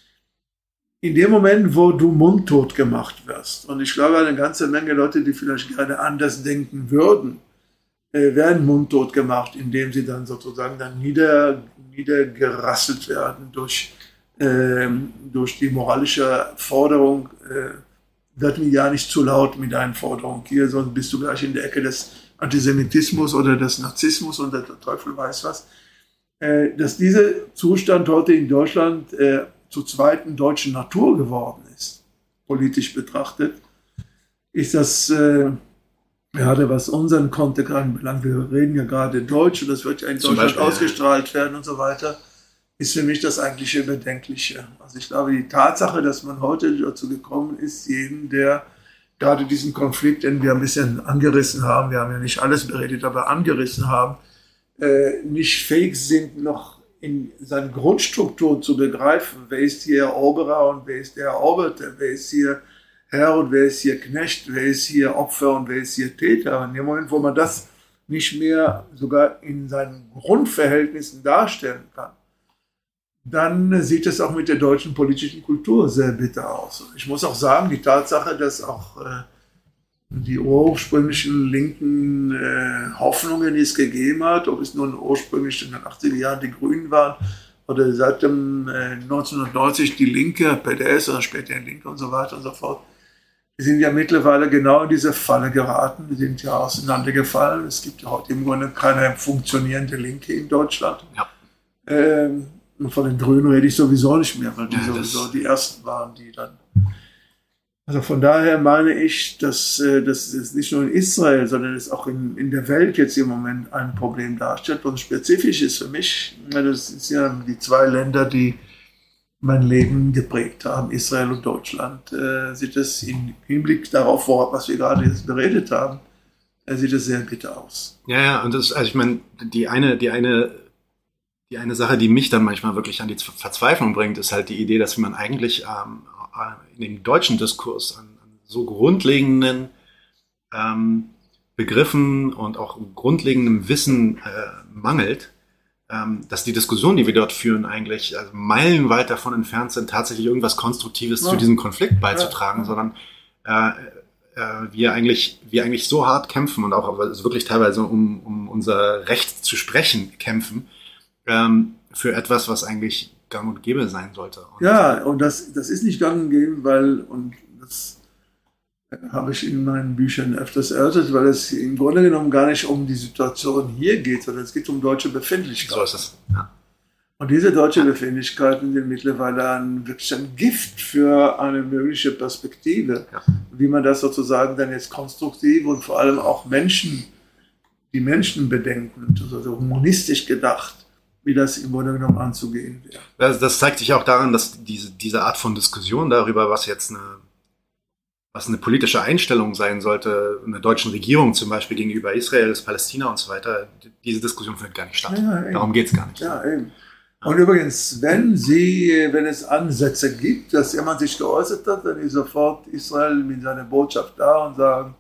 In dem Moment, wo du mundtot gemacht wirst, und ich glaube, eine ganze Menge Leute, die vielleicht gerne anders denken würden, äh, werden mundtot gemacht, indem sie dann sozusagen dann nieder, niedergerasselt werden durch, äh, durch die moralische Forderung, äh, wird mir ja nicht zu laut mit deinen Forderungen hier, sonst bist du gleich in der Ecke des Antisemitismus oder des Narzissmus und der Teufel weiß was. Äh, dass dieser Zustand heute in Deutschland äh, zur zweiten deutschen Natur geworden ist, politisch betrachtet, ist das, äh, gerade was unseren Kontext anbelangt, wir reden ja gerade Deutsch und das wird ja in Zum Deutschland Beispiel, ausgestrahlt werden und so weiter, ist für mich das eigentliche Bedenkliche. Also ich glaube, die Tatsache, dass man heute dazu gekommen ist, jeden, der gerade diesen Konflikt, den wir ein bisschen angerissen haben, wir haben ja nicht alles beredet, aber angerissen haben, äh, nicht fähig sind, noch in seinen Grundstrukturen zu begreifen, wer ist hier Eroberer und wer ist der Eroberte, wer ist hier Herr und wer ist hier Knecht, wer ist hier Opfer und wer ist hier Täter. Und im Moment, wo man das nicht mehr sogar in seinen Grundverhältnissen darstellen kann, dann sieht es auch mit der deutschen politischen Kultur sehr bitter aus. Ich muss auch sagen, die Tatsache, dass auch äh, die ursprünglichen linken äh, Hoffnungen, die es gegeben hat, ob es nun ursprünglich in den achtziger Jahren die Grünen waren oder seit dem äh, neunzehnhundertneunzig die Linke, P D S oder später die Linke und so weiter und so fort, die sind ja mittlerweile genau in diese Falle geraten, die sind ja auseinandergefallen. Es gibt ja heute im Grunde keine funktionierende Linke in Deutschland. Ja. Ähm, und von den Grünen rede ich sowieso nicht mehr, weil die ja, sowieso die Ersten waren, die dann Also von daher meine ich, dass äh, das ist nicht nur in Israel, sondern es auch in, in der Welt jetzt im Moment ein Problem darstellt. Und spezifisch ist für mich, das sind ja die zwei Länder, die mein Leben geprägt haben, Israel und Deutschland, äh, sieht es im Hinblick darauf, was wir gerade jetzt beredet haben, äh, sieht es sehr bitter aus. Ja, ja, und das, also ich meine, die eine, die eine, die eine Sache, die mich dann manchmal wirklich an die Verzweiflung bringt, ist halt die Idee, dass man eigentlich ähm, in dem deutschen Diskurs an, an so grundlegenden ähm, Begriffen und auch grundlegendem Wissen äh, mangelt, ähm, dass die Diskussionen, die wir dort führen, eigentlich also meilenweit davon entfernt sind, tatsächlich irgendwas Konstruktives ja. zu diesem Konflikt beizutragen, ja. sondern äh, äh, wir eigentlich wir eigentlich so hart kämpfen und auch also wirklich teilweise um, um unser Recht zu sprechen kämpfen, ähm, für etwas, was eigentlich gang und gäbe sein sollte. Und ja, und das, das ist nicht gang und gäbe, weil, und das habe ich in meinen Büchern öfters erörtert, weil es im Grunde genommen gar nicht um die Situation hier geht, sondern es geht um deutsche Befindlichkeiten. So ist es, ja. Und diese deutsche Befindlichkeiten sind mittlerweile ein, wirklich ein Gift für eine mögliche Perspektive, ja. wie man das sozusagen dann jetzt konstruktiv und vor allem auch Menschen, die Menschen bedenkend, also humanistisch gedacht, wie das im Grunde genommen anzugehen wäre. Das, das zeigt sich auch daran, dass diese, diese Art von Diskussion darüber, was jetzt eine, was eine politische Einstellung sein sollte, einer deutschen Regierung zum Beispiel gegenüber Israel, Palästina und so weiter, diese Diskussion findet gar nicht statt. Ja, Darum geht es gar nicht. Ja, eben. Und übrigens, wenn sie, wenn es Ansätze gibt, dass jemand sich geäußert hat, dann ist sofort Israel mit seiner Botschaft da und sagen,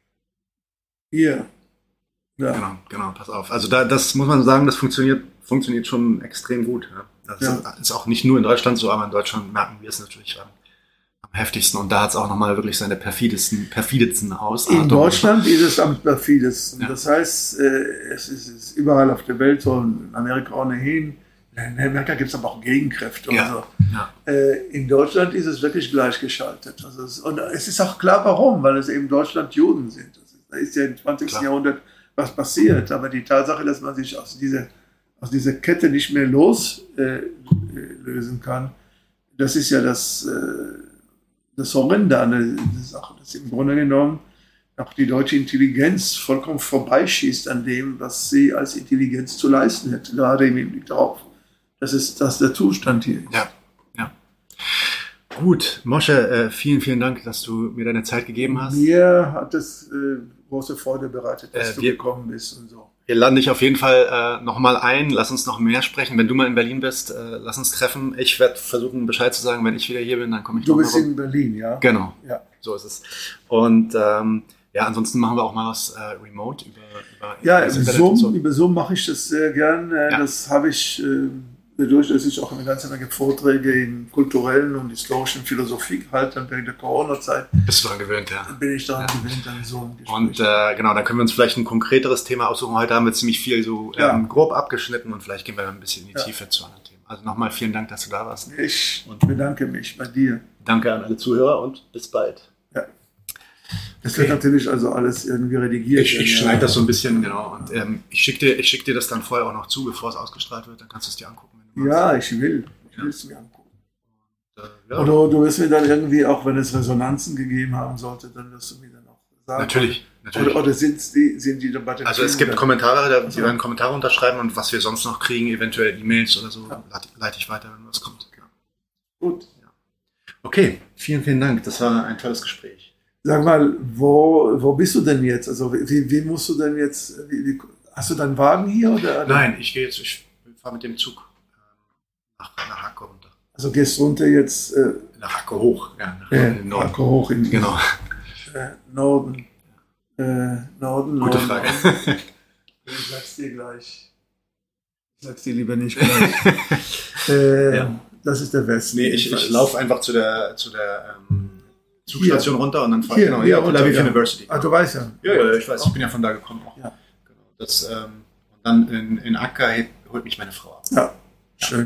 hier. Ja. Genau, genau, pass auf. Also da, das muss man sagen, das funktioniert, funktioniert schon extrem gut. Ja. Das ja. ist auch nicht nur in Deutschland so, aber in Deutschland merken wir es natürlich am, am heftigsten. Und da hat es auch nochmal wirklich seine perfidesten, perfidetsten Ausartungen. In Deutschland ist es am perfidesten. Ja. Das heißt, es ist, es ist überall auf der Welt so, in Amerika ohnehin. In Amerika gibt es aber auch Gegenkräfte. Und ja. so. Ja. In Deutschland ist es wirklich gleichgeschaltet. Also es, und es ist auch klar, warum, weil es eben Deutschland Juden sind. Da ist ja im zwanzigsten Klar. Jahrhundert was passiert, aber die Tatsache, dass man sich aus dieser, aus dieser Kette nicht mehr loslösen äh, kann, das ist ja das, äh, das Horrende an der Sache, dass im Grunde genommen auch die deutsche Intelligenz vollkommen vorbeischießt an dem, was sie als Intelligenz zu leisten hätte, gerade im Hinblick darauf. Das ist das der Zustand hier ist. Ja, ja. Gut, Moshe, äh, vielen, vielen Dank, dass du mir deine Zeit gegeben hast. Mir hat es äh, große Freude bereitet, dass äh, du wir, gekommen bist und so. Wir laden dich auf jeden Fall äh, nochmal ein, lass uns noch mehr sprechen. Wenn du mal in Berlin bist, äh, lass uns treffen. Ich werde versuchen, Bescheid zu sagen, wenn ich wieder hier bin, dann komme ich Du noch bist mal rum. in Berlin, ja? Genau, ja. So ist es. Und ähm, ja, ansonsten machen wir auch mal was äh, remote über, über Ja, über Zoom, so. über Zoom mache ich das sehr gern. Äh, ja. Das habe ich... Äh, Dadurch, dass ich auch eine ganze Menge Vorträge in kulturellen und historischen Philosophie gehalten habe während der Corona-Zeit. Bist du daran gewöhnt, ja. Bin ich daran ja. gewöhnt, an so ein Gespräch. Und äh, genau, dann können wir uns vielleicht ein konkreteres Thema aussuchen. Heute haben wir ziemlich viel so ja. ähm, grob abgeschnitten und vielleicht gehen wir ein bisschen in die ja. Tiefe zu anderen Themen. Also nochmal vielen Dank, dass du da warst. Ich und bedanke mich bei dir. Danke an alle Zuhörer und bis bald. Ja. Das okay. wird natürlich also alles irgendwie redigiert. Ich, ich schneide ja. das so ein bisschen, genau. Und ähm, ich schicke dir, ich schick dir das dann vorher auch noch zu, bevor es ausgestrahlt wird. Dann kannst du es dir angucken. Ja, ich will. Ich will es mir angucken. Ja. Oder du wirst mir dann irgendwie, auch wenn es Resonanzen gegeben haben sollte, dann wirst du mir dann auch sagen. Natürlich, natürlich. Oder, oder sind die, sind die dann bei den Also es gibt Kommentare, da, also. die werden Kommentare unterschreiben und was wir sonst noch kriegen, eventuell E-Mails oder so, ja. leite ich weiter, wenn was kommt. Ja. Gut. Ja. Okay, vielen, vielen Dank. Das war ein tolles Gespräch. Sag mal, wo, wo bist du denn jetzt? Also wie, wie musst du denn jetzt, wie, wie, hast du deinen Wagen hier? Oder? Nein, ich gehe jetzt, ich fahre mit dem Zug. Nach, nach Hacke runter. Also gehst runter jetzt... Äh, nach Hacke hoch, ja. Nach äh, in Norden. Hacke hoch in genau. Äh, Norden. Äh, Norden, Gute Norden, Frage. Norden. Ich sag's dir gleich. Ich sag's dir lieber nicht gleich. äh, ja. Das ist der Westen. Nee, ich, ich laufe einfach zu der, zu der ähm, Zugstation hier. runter und dann fahre ich genau, hier Tel Aviv ja. University. Ah, du weißt ja. Ja, ja, ich weiß. Ich bin ja von da gekommen. Auch. Ja. Genau. Das, ähm, und dann in, in Akka holt mich meine Frau ab. Ja, schön.